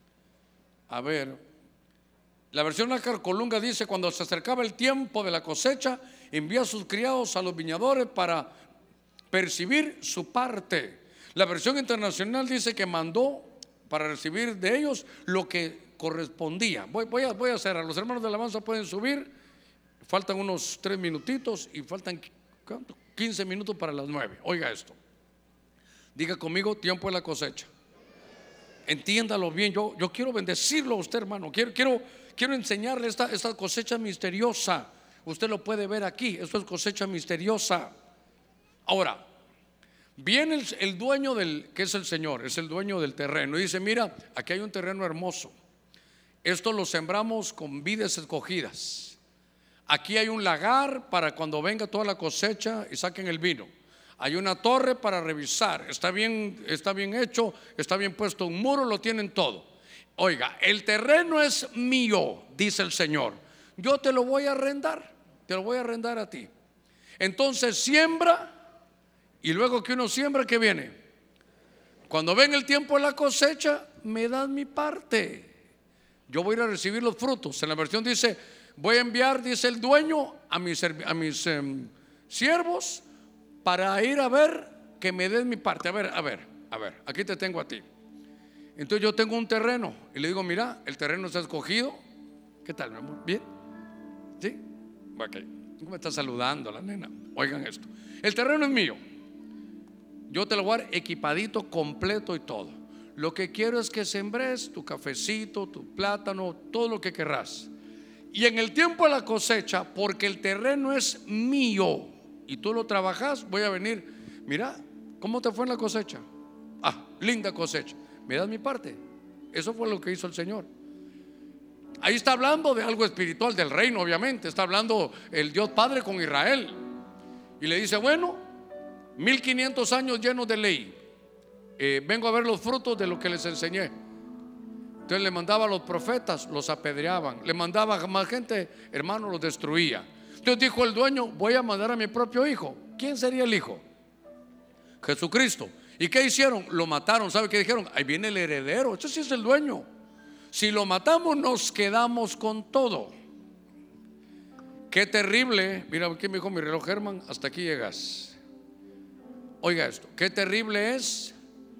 a ver, la versión Nácar Colunga dice: cuando se acercaba el tiempo de la cosecha, envió a sus criados a los viñadores para percibir su parte. La versión internacional dice que mandó para recibir de ellos lo que correspondía. Voy a hacer, a los hermanos de alabanza pueden subir. Faltan unos 3 minutitos y faltan 15 minutos para las 9. Oiga esto, diga conmigo: tiempo de la cosecha. Entiéndalo bien, yo quiero bendecirlo a usted, hermano. Quiero enseñarle esta cosecha misteriosa. Usted lo puede ver aquí, esto es cosecha misteriosa. Ahora, viene el dueño que es el Señor, es el dueño del terreno, y dice: mira, aquí hay un terreno hermoso. Esto lo sembramos con vides escogidas. Aquí hay un lagar para cuando venga toda la cosecha y saquen el vino. Hay una torre para revisar, está bien hecho, está bien puesto un muro, lo tienen todo. Oiga, el terreno es mío, dice el Señor. Yo te lo voy a arrendar, te lo voy a arrendar a ti. Entonces siembra, y luego que uno siembra, ¿qué viene? Cuando venga el tiempo de la cosecha, me das mi parte. Yo voy a ir a recibir los frutos. En la versión dice: voy a enviar, dice el dueño, a mis siervos para ir a ver que me den mi parte. A ver, aquí te tengo a ti. Entonces yo tengo un terreno y le digo: mira, el terreno está escogido. ¿Qué tal, mi amor? ¿Bien? ¿Sí? Ok. ¿Cómo me está saludando la nena? Oigan esto, el terreno es mío. Yo te lo voy a dar equipadito, completo y todo. Lo que quiero es que sembres tu cafecito, tu plátano, todo lo que querrás. Y en el tiempo de la cosecha, porque el terreno es mío y tú lo trabajas, voy a venir. Mira, ¿cómo te fue en la cosecha? Ah, linda cosecha. ¿Me das mi parte? Eso fue lo que hizo el Señor. Ahí está hablando de algo espiritual del reino, obviamente. Está hablando el Dios Padre con Israel. Y le dice: bueno, 1500 años llenos de ley. Vengo a ver los frutos de lo que les enseñé. Entonces le mandaba a los profetas, los apedreaban. Le mandaba a más gente, hermano, los destruía. Entonces dijo el dueño: voy a mandar a mi propio hijo. ¿Quién sería el hijo? Jesucristo. ¿Y qué hicieron? Lo mataron. ¿Sabe qué dijeron? Ahí viene el heredero. Ese sí es el dueño. Si lo matamos, nos quedamos con todo. Qué terrible. Mira, aquí me dijo mi reloj, Germán, hasta aquí llegas. Oiga esto, qué terrible es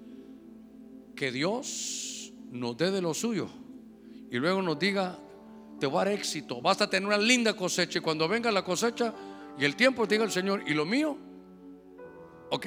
que Dios nos dé de lo suyo y luego nos diga: te voy a dar éxito, vas a tener una linda cosecha, y cuando venga la cosecha y el tiempo, te diga el Señor: ¿y lo mío? Ok,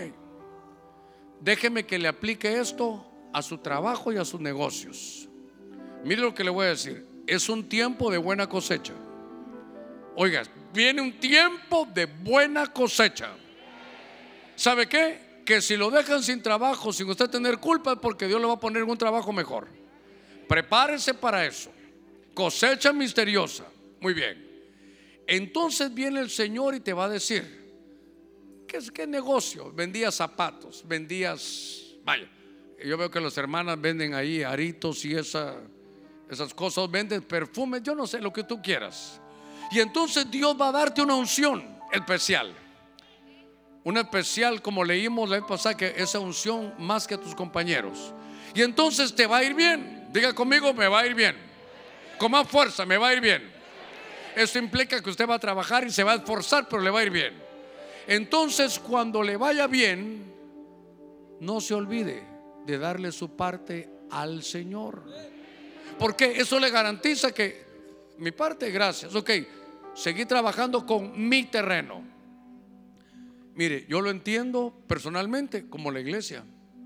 déjeme que le aplique esto a su trabajo y a sus negocios. Mire lo que le voy a decir: es un tiempo de buena cosecha. Oiga, viene un tiempo de buena cosecha. ¿Sabe qué? Que si lo dejan sin trabajo, sin usted tener culpa, es porque Dios le va a poner un trabajo mejor. Prepárese para eso. Cosecha misteriosa. Muy bien. Entonces viene el Señor y te va a decir: ¿qué negocio? Vendías zapatos, vaya, yo veo que las hermanas venden ahí aritos y esas cosas, venden perfumes, yo no sé, lo que tú quieras. Y entonces Dios va a darte una unción especial. Una especial, como leímos la vez pasada, que esa unción más que a tus compañeros. Y entonces te va a ir bien. Diga conmigo: me va a ir bien. Con más fuerza, me va a ir bien. Eso implica que usted va a trabajar y se va a esforzar, pero le va a ir bien. Entonces, cuando le vaya bien, no se olvide de darle su parte al Señor, porque eso le garantiza que mi parte, gracias, ok, seguí trabajando con mi terreno. Mire, yo lo entiendo personalmente como la iglesia.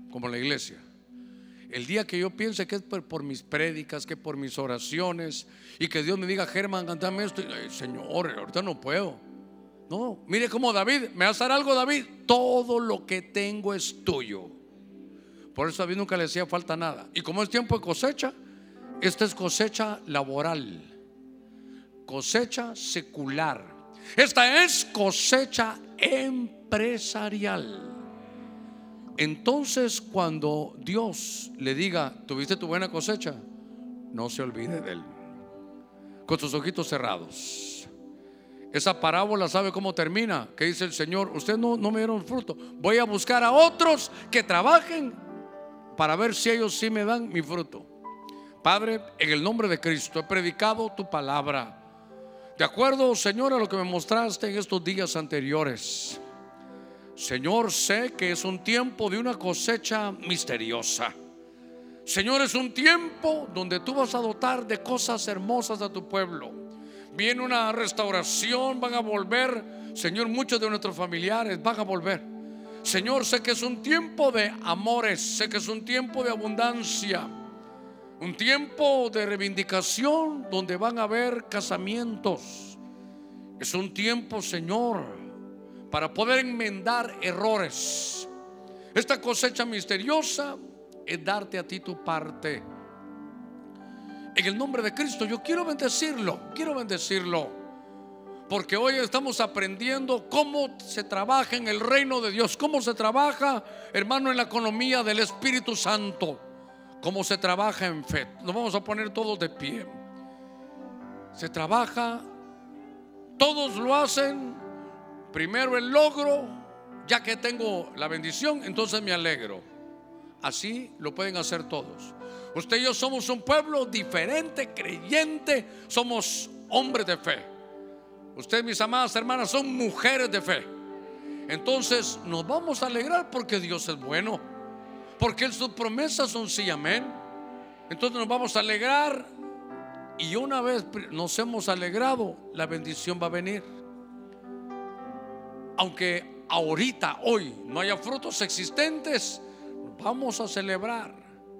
El día que yo piense que es por mis prédicas, que por mis oraciones, y que Dios me diga: Germán, cántame esto, Señor, ahorita no puedo. No, mire como David: ¿me vas a dar algo, David? Todo lo que tengo es tuyo. Por eso a David nunca le hacía falta nada. Y como es tiempo de cosecha, esta es cosecha laboral, cosecha secular. Esta es cosecha empresarial. Entonces, cuando Dios le diga: tuviste tu buena cosecha, no se olvide de él. Con sus ojitos cerrados. Esa parábola, ¿sabe cómo termina? Que dice el Señor: ustedes no me dieron fruto, voy a buscar a otros que trabajen para ver si ellos sí me dan mi fruto. Padre, en el nombre de Cristo he predicado tu palabra de acuerdo, Señor, a lo que me mostraste en estos días anteriores. Señor, sé que es un tiempo de una cosecha misteriosa. Señor, es un tiempo donde tú vas a dotar de cosas hermosas a tu pueblo. Viene una restauración, van a volver, Señor, muchos de nuestros familiares van a volver. Señor, sé que es un tiempo de amores, sé que es un tiempo de abundancia, un tiempo de reivindicación donde van a haber casamientos. Es un tiempo, Señor, para poder enmendar errores. Esta cosecha misteriosa es darte a ti tu parte. En el nombre de Cristo yo quiero bendecirlo, porque hoy estamos aprendiendo cómo se trabaja en el reino de Dios, cómo se trabaja, hermano, en la economía del Espíritu Santo, cómo se trabaja en fe. Nos vamos a poner todos de pie. Se trabaja, todos lo hacen. Primero el logro, ya que tengo la bendición, entonces me alegro. Así lo pueden hacer todos. Usted y yo somos un pueblo diferente, creyente, somos hombres de fe. Ustedes, mis amadas hermanas, son mujeres de fe. Entonces nos vamos a alegrar porque Dios es bueno, porque sus promesas son sí, amén. Entonces nos vamos a alegrar, y una vez nos hemos alegrado, la bendición va a venir. Aunque ahorita, hoy, no haya frutos existentes, vamos a celebrar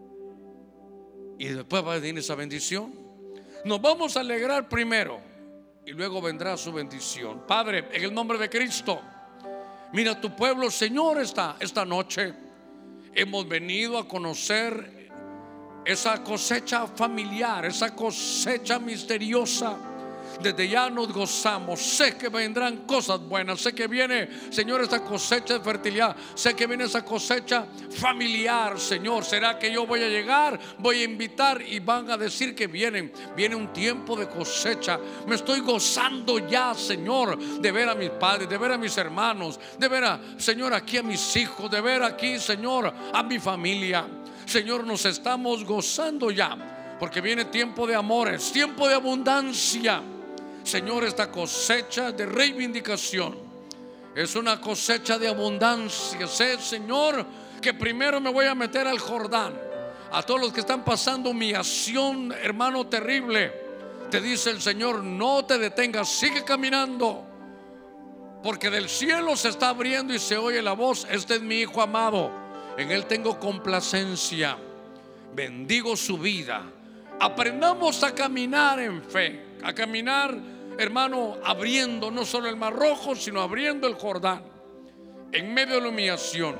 y después va a venir esa bendición. Nos vamos a alegrar primero y luego vendrá su bendición. Padre, en el nombre de Cristo, mira tu pueblo, Señor. Esta noche hemos venido a conocer esa cosecha familiar, esa cosecha misteriosa. Desde ya nos gozamos. Sé que vendrán cosas buenas. Sé que viene, Señor, esta cosecha de fertilidad. Sé que viene esa cosecha familiar, Señor. ¿Será que yo voy a llegar, voy a invitar y van a decir que vienen? Viene un tiempo de cosecha. Me estoy gozando ya, Señor, de ver a mis padres, de ver a mis hermanos, de ver a, Señor, aquí a mis hijos, de ver aquí, Señor, a mi familia. Señor, nos estamos gozando ya, porque viene tiempo de amores, tiempo de abundancia. Señor, esta cosecha de reivindicación es una cosecha de abundancia. Sé, Señor, que primero me voy a meter al Jordán. A todos los que están pasando humillación, hermano, terrible, te dice el Señor: no te detengas, sigue caminando, porque del cielo se está abriendo y se oye la voz: este es mi Hijo amado, en él tengo complacencia. Bendigo su vida. Aprendamos a caminar en fe, a caminar, hermano, abriendo no solo el Mar Rojo, sino abriendo el Jordán en medio de la humillación.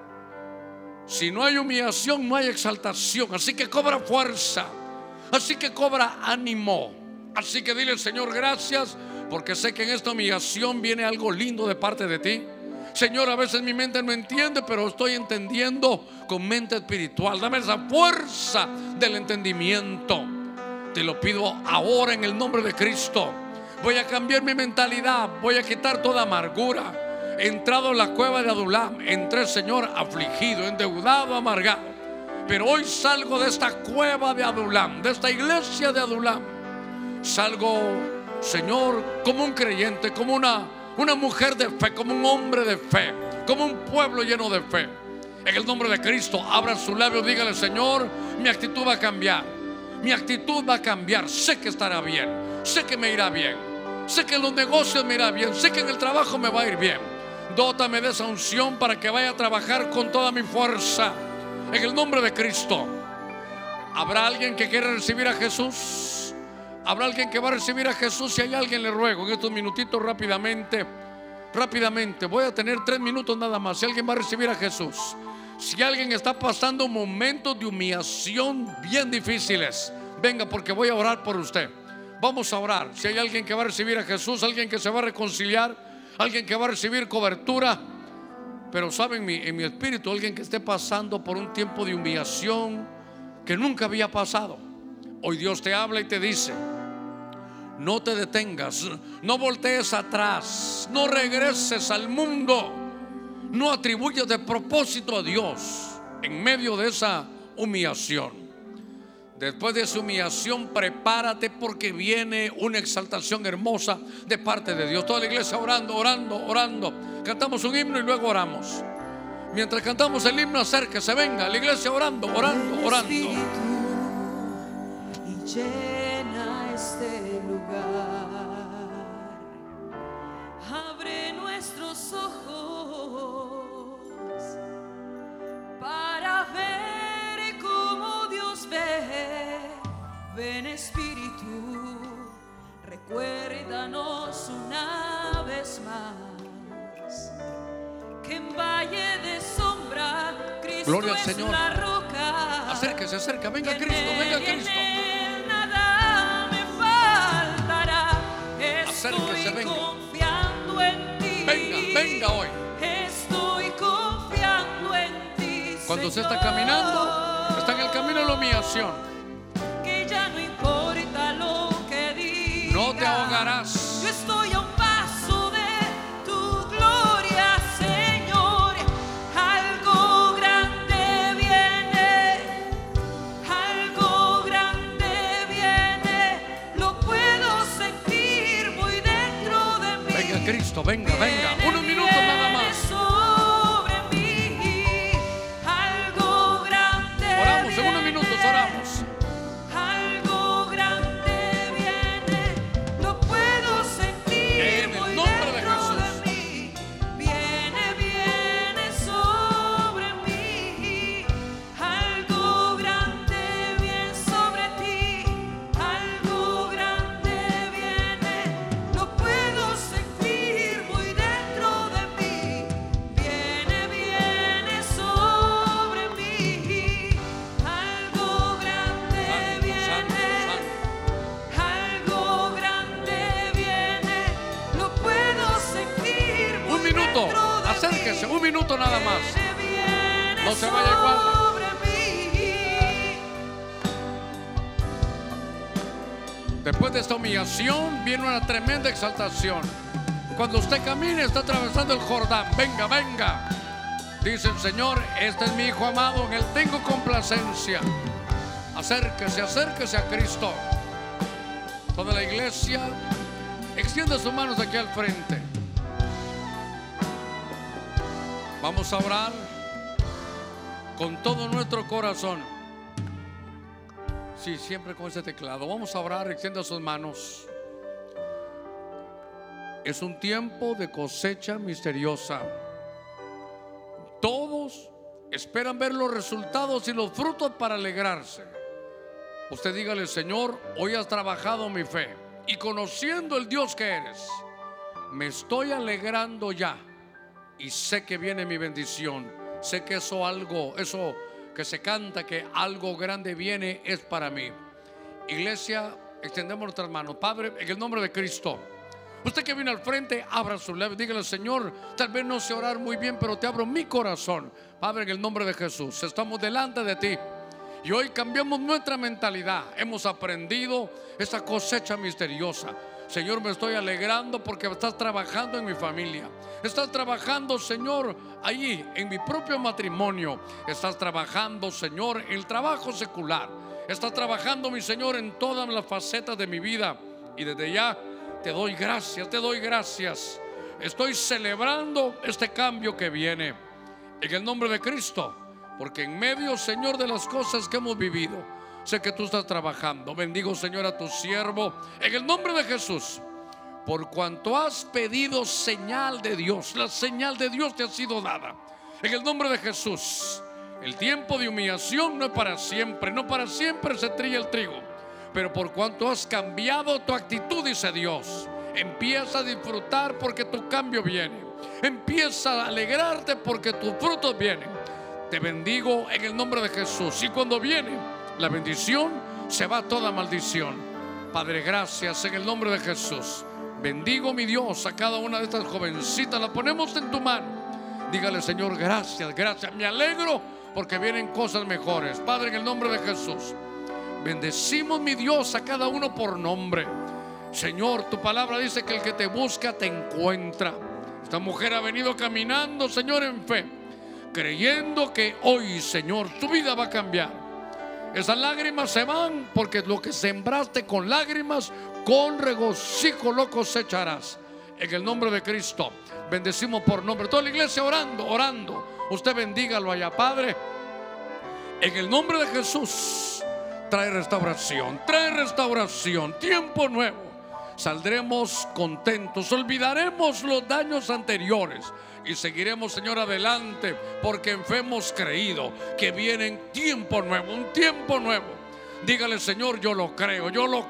Si no hay humillación, no hay exaltación. Así que cobra fuerza, así que cobra ánimo. Así que dile: Señor, gracias, porque sé que en esta humillación viene algo lindo de parte de ti. Señor, a veces mi mente no entiende, pero estoy entendiendo con mente espiritual. Dame esa fuerza del entendimiento. Te lo pido ahora en el nombre de Cristo. Voy a cambiar mi mentalidad, voy a quitar toda amargura. He entrado en la cueva de Adulam, entré, Señor, afligido, endeudado, amargado, pero hoy salgo de esta cueva de Adulam, de esta iglesia de Adulam. Salgo, Señor, como un creyente, como una mujer de fe, como un hombre de fe, como un pueblo lleno de fe. En el nombre de Cristo, abra su labio, dígale: Señor, mi actitud va a cambiar. Mi actitud va a cambiar. Sé que estará bien, sé que me irá bien, sé que en los negocios me irá bien, sé que en el trabajo me va a ir bien. Dótame de esa unción para que vaya a trabajar con toda mi fuerza, en el nombre de Cristo. ¿Habrá alguien que quiere recibir a Jesús? ¿Habrá alguien que va a recibir a Jesús? Si hay alguien, le ruego en estos minutitos rápidamente, voy a tener 3 minutos nada más. Si alguien va a recibir a Jesús, si alguien está pasando momentos de humillación bien difíciles, venga, porque voy a orar por usted. Vamos a orar. Si hay alguien que va a recibir a Jesús, alguien que se va a reconciliar, alguien que va a recibir cobertura, pero saben, en mi espíritu, alguien que esté pasando por un tiempo de humillación que nunca había pasado. Hoy Dios te habla y te dice: no te detengas, no voltees atrás, no regreses al mundo, no atribuyas de propósito a Dios en medio de esa humillación. Después de esa humillación, prepárate, porque viene una exaltación hermosa de parte de Dios. Toda la iglesia orando, orando, orando. Cantamos un himno y luego oramos. Mientras cantamos el himno, acérquese, venga, la iglesia orando, orando, orando. Y llena este lugar. Abre nuestros ojos para ver como Dios ve. Ven, Espíritu, recuérdanos una vez más que en valle de sombra Cristo Gloria al es Señor. la roca. Acérquese, acerca, venga Cristo, venga Cristo. Nada me faltará. Acérquese, Estoy venga. confiando en ti. Venga, venga hoy. Estoy confiando en ti. Cuando usted está Señor, caminando, está en el camino de la humillación. que ya no importa lo que diga, No te ahogarás. yo estoy a un paso de tu gloria, Señor. Algo grande viene, algo grande viene. Lo puedo sentir muy dentro de mí. Venga Cristo, venga, venga. Unos minutos nada más. Sobre mí, algo grande Oramos, en unos viene. minutos oramos. Algo grande viene, lo puedo sentir En el muy nombre de dentro Jesús. de mí. Viene sobre mí. Algo grande viene sobre ti. Algo grande viene, lo puedo sentir muy dentro de mí. Viene sobre mí. Algo grande Santo, viene. santo. Algo grande viene, lo puedo sentir muy Un minuto, dentro de acérquese, mí. un minuto nada más. Viene No se vaya igual. sobre mí. Después de esta humillación viene una tremenda exaltación. Cuando usted camine, está atravesando el Jordán. Venga, venga. Dice el Señor: este es mi Hijo amado, en él tengo complacencia. Acérquese, acérquese a Cristo. Toda la iglesia extiende sus manos aquí al frente. Vamos a orar con todo nuestro corazón. Sí, siempre con ese teclado. Vamos a orar, extienda sus manos. Es un tiempo de cosecha misteriosa. Todos esperan ver los resultados y los frutos para alegrarse. Usted dígale: Señor, hoy has trabajado mi fe, y conociendo el Dios que eres, me estoy alegrando ya, y sé que viene mi bendición. Sé que eso que se canta, que algo grande viene, es para mí. Iglesia, extendemos nuestras manos. Padre, en el nombre de Cristo, usted que viene al frente, abra su labio, dígale: Señor, tal vez no sé orar muy bien, pero te abro mi corazón. Padre, en el nombre de Jesús, estamos delante de ti. Y hoy cambiamos nuestra mentalidad. Hemos aprendido esta cosecha misteriosa. Señor, me estoy alegrando porque estás trabajando en mi familia. Estás trabajando, Señor, allí en mi propio matrimonio. Estás trabajando, Señor, en el trabajo secular. Estás trabajando, mi Señor, en todas las facetas de mi vida. Y desde ya te doy gracias, te doy gracias. Estoy celebrando este cambio que viene en el nombre de Cristo. Porque en medio, Señor, de las cosas que hemos vivido, sé que tú estás trabajando. Bendigo, Señor, a tu siervo en el nombre de Jesús. Por cuanto has pedido señal de Dios, la señal de Dios te ha sido dada. En el nombre de Jesús. El tiempo de humillación no es para siempre. No para siempre se trilla el trigo. Pero por cuanto has cambiado tu actitud, dice Dios, empieza a disfrutar porque tu cambio viene. Empieza a alegrarte porque tus frutos vienen. Te bendigo en el nombre de Jesús. Y cuando viene la bendición, se va toda maldición. Padre, gracias en el nombre de Jesús. Bendigo, mi Dios, a cada una de estas jovencitas. La ponemos en tu mano. Dígale, Señor, gracias, gracias. Me alegro porque vienen cosas mejores. Padre, en el nombre de Jesús, bendecimos, mi Dios, a cada uno por nombre. Señor, tu palabra dice que el que te busca te encuentra. Esta mujer ha venido caminando, Señor, en fe, creyendo que hoy, Señor, tu vida va a cambiar. Esas lágrimas se van, porque lo que sembraste con lágrimas, con regocijo lo cosecharás. En el nombre de Cristo, bendecimos por nombre. Toda la iglesia orando, orando. Usted bendígalo allá, Padre. En el nombre de Jesús, trae restauración, tiempo nuevo. Saldremos contentos, olvidaremos los daños anteriores y seguiremos, Señor, adelante, porque en fe hemos creído que viene tiempo nuevo, un tiempo nuevo. Dígale, Señor, yo lo creo,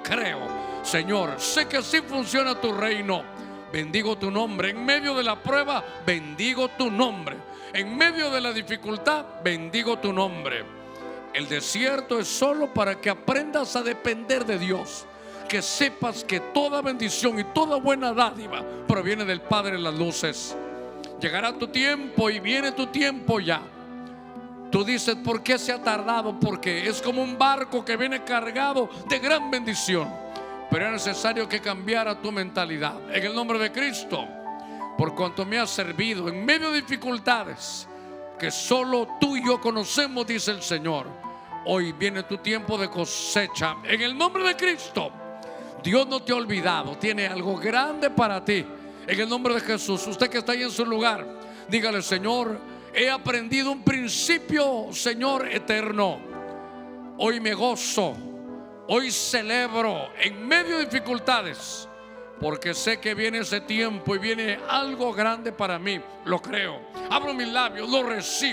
Señor, sé que así funciona tu reino. Bendigo tu nombre. En medio de la prueba, bendigo tu nombre. En medio de la dificultad, bendigo tu nombre. El desierto es solo para que aprendas a depender de Dios. Que sepas que toda bendición y toda buena dádiva proviene del Padre de las luces. Llegará tu tiempo y viene tu tiempo ya. Tú dices, ¿por qué se ha tardado? Porque es como un barco que viene cargado de gran bendición. Pero es necesario que cambiara tu mentalidad. En el nombre de Cristo, por cuanto me has servido en medio de dificultades que solo tú y yo conocemos, dice el Señor, hoy viene tu tiempo de cosecha. En el nombre de Cristo, Dios no te ha olvidado, tiene algo grande para ti. En el nombre de Jesús, usted que está ahí en su lugar, dígale, Señor, he aprendido un principio, Señor, eterno. Hoy me gozo, hoy celebro en medio de dificultades, porque sé que viene ese tiempo y viene algo grande para mí. Lo creo, abro mis labios, lo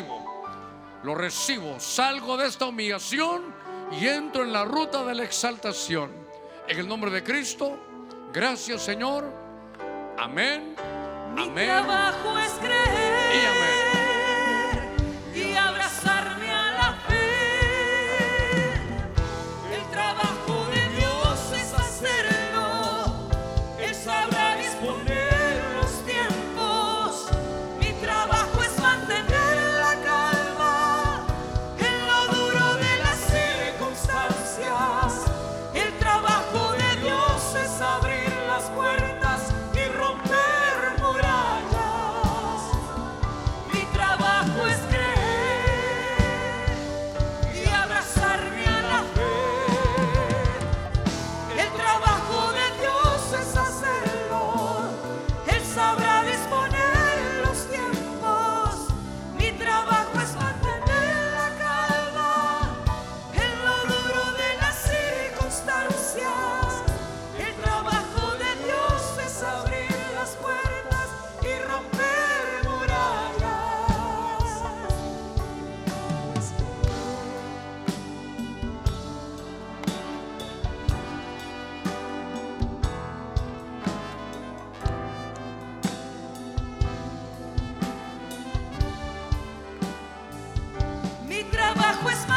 recibo, salgo de esta humillación y entro en la ruta de la exaltación. En el nombre de Cristo, gracias, Señor. Amén. Mi trabajo es creer y amén. Y abrazarme a la fe. El trabajo de Dios es hacerlo. Él sabrá disponer los tiempos. Mi trabajo es mantener la calma en lo duro de las circunstancias. El trabajo de Dios es abrir las puertas y romper murallas. Mi trabajo es creer y abrazarme a la fe. El trabajo de Dios es hacerlo. Él sabrá disponer los tiempos. Mi trabajo es mantener la calma en lo duro de las circunstancias. El trabajo de Dios es abrir las puertas y romper murallas. Mi trabajo es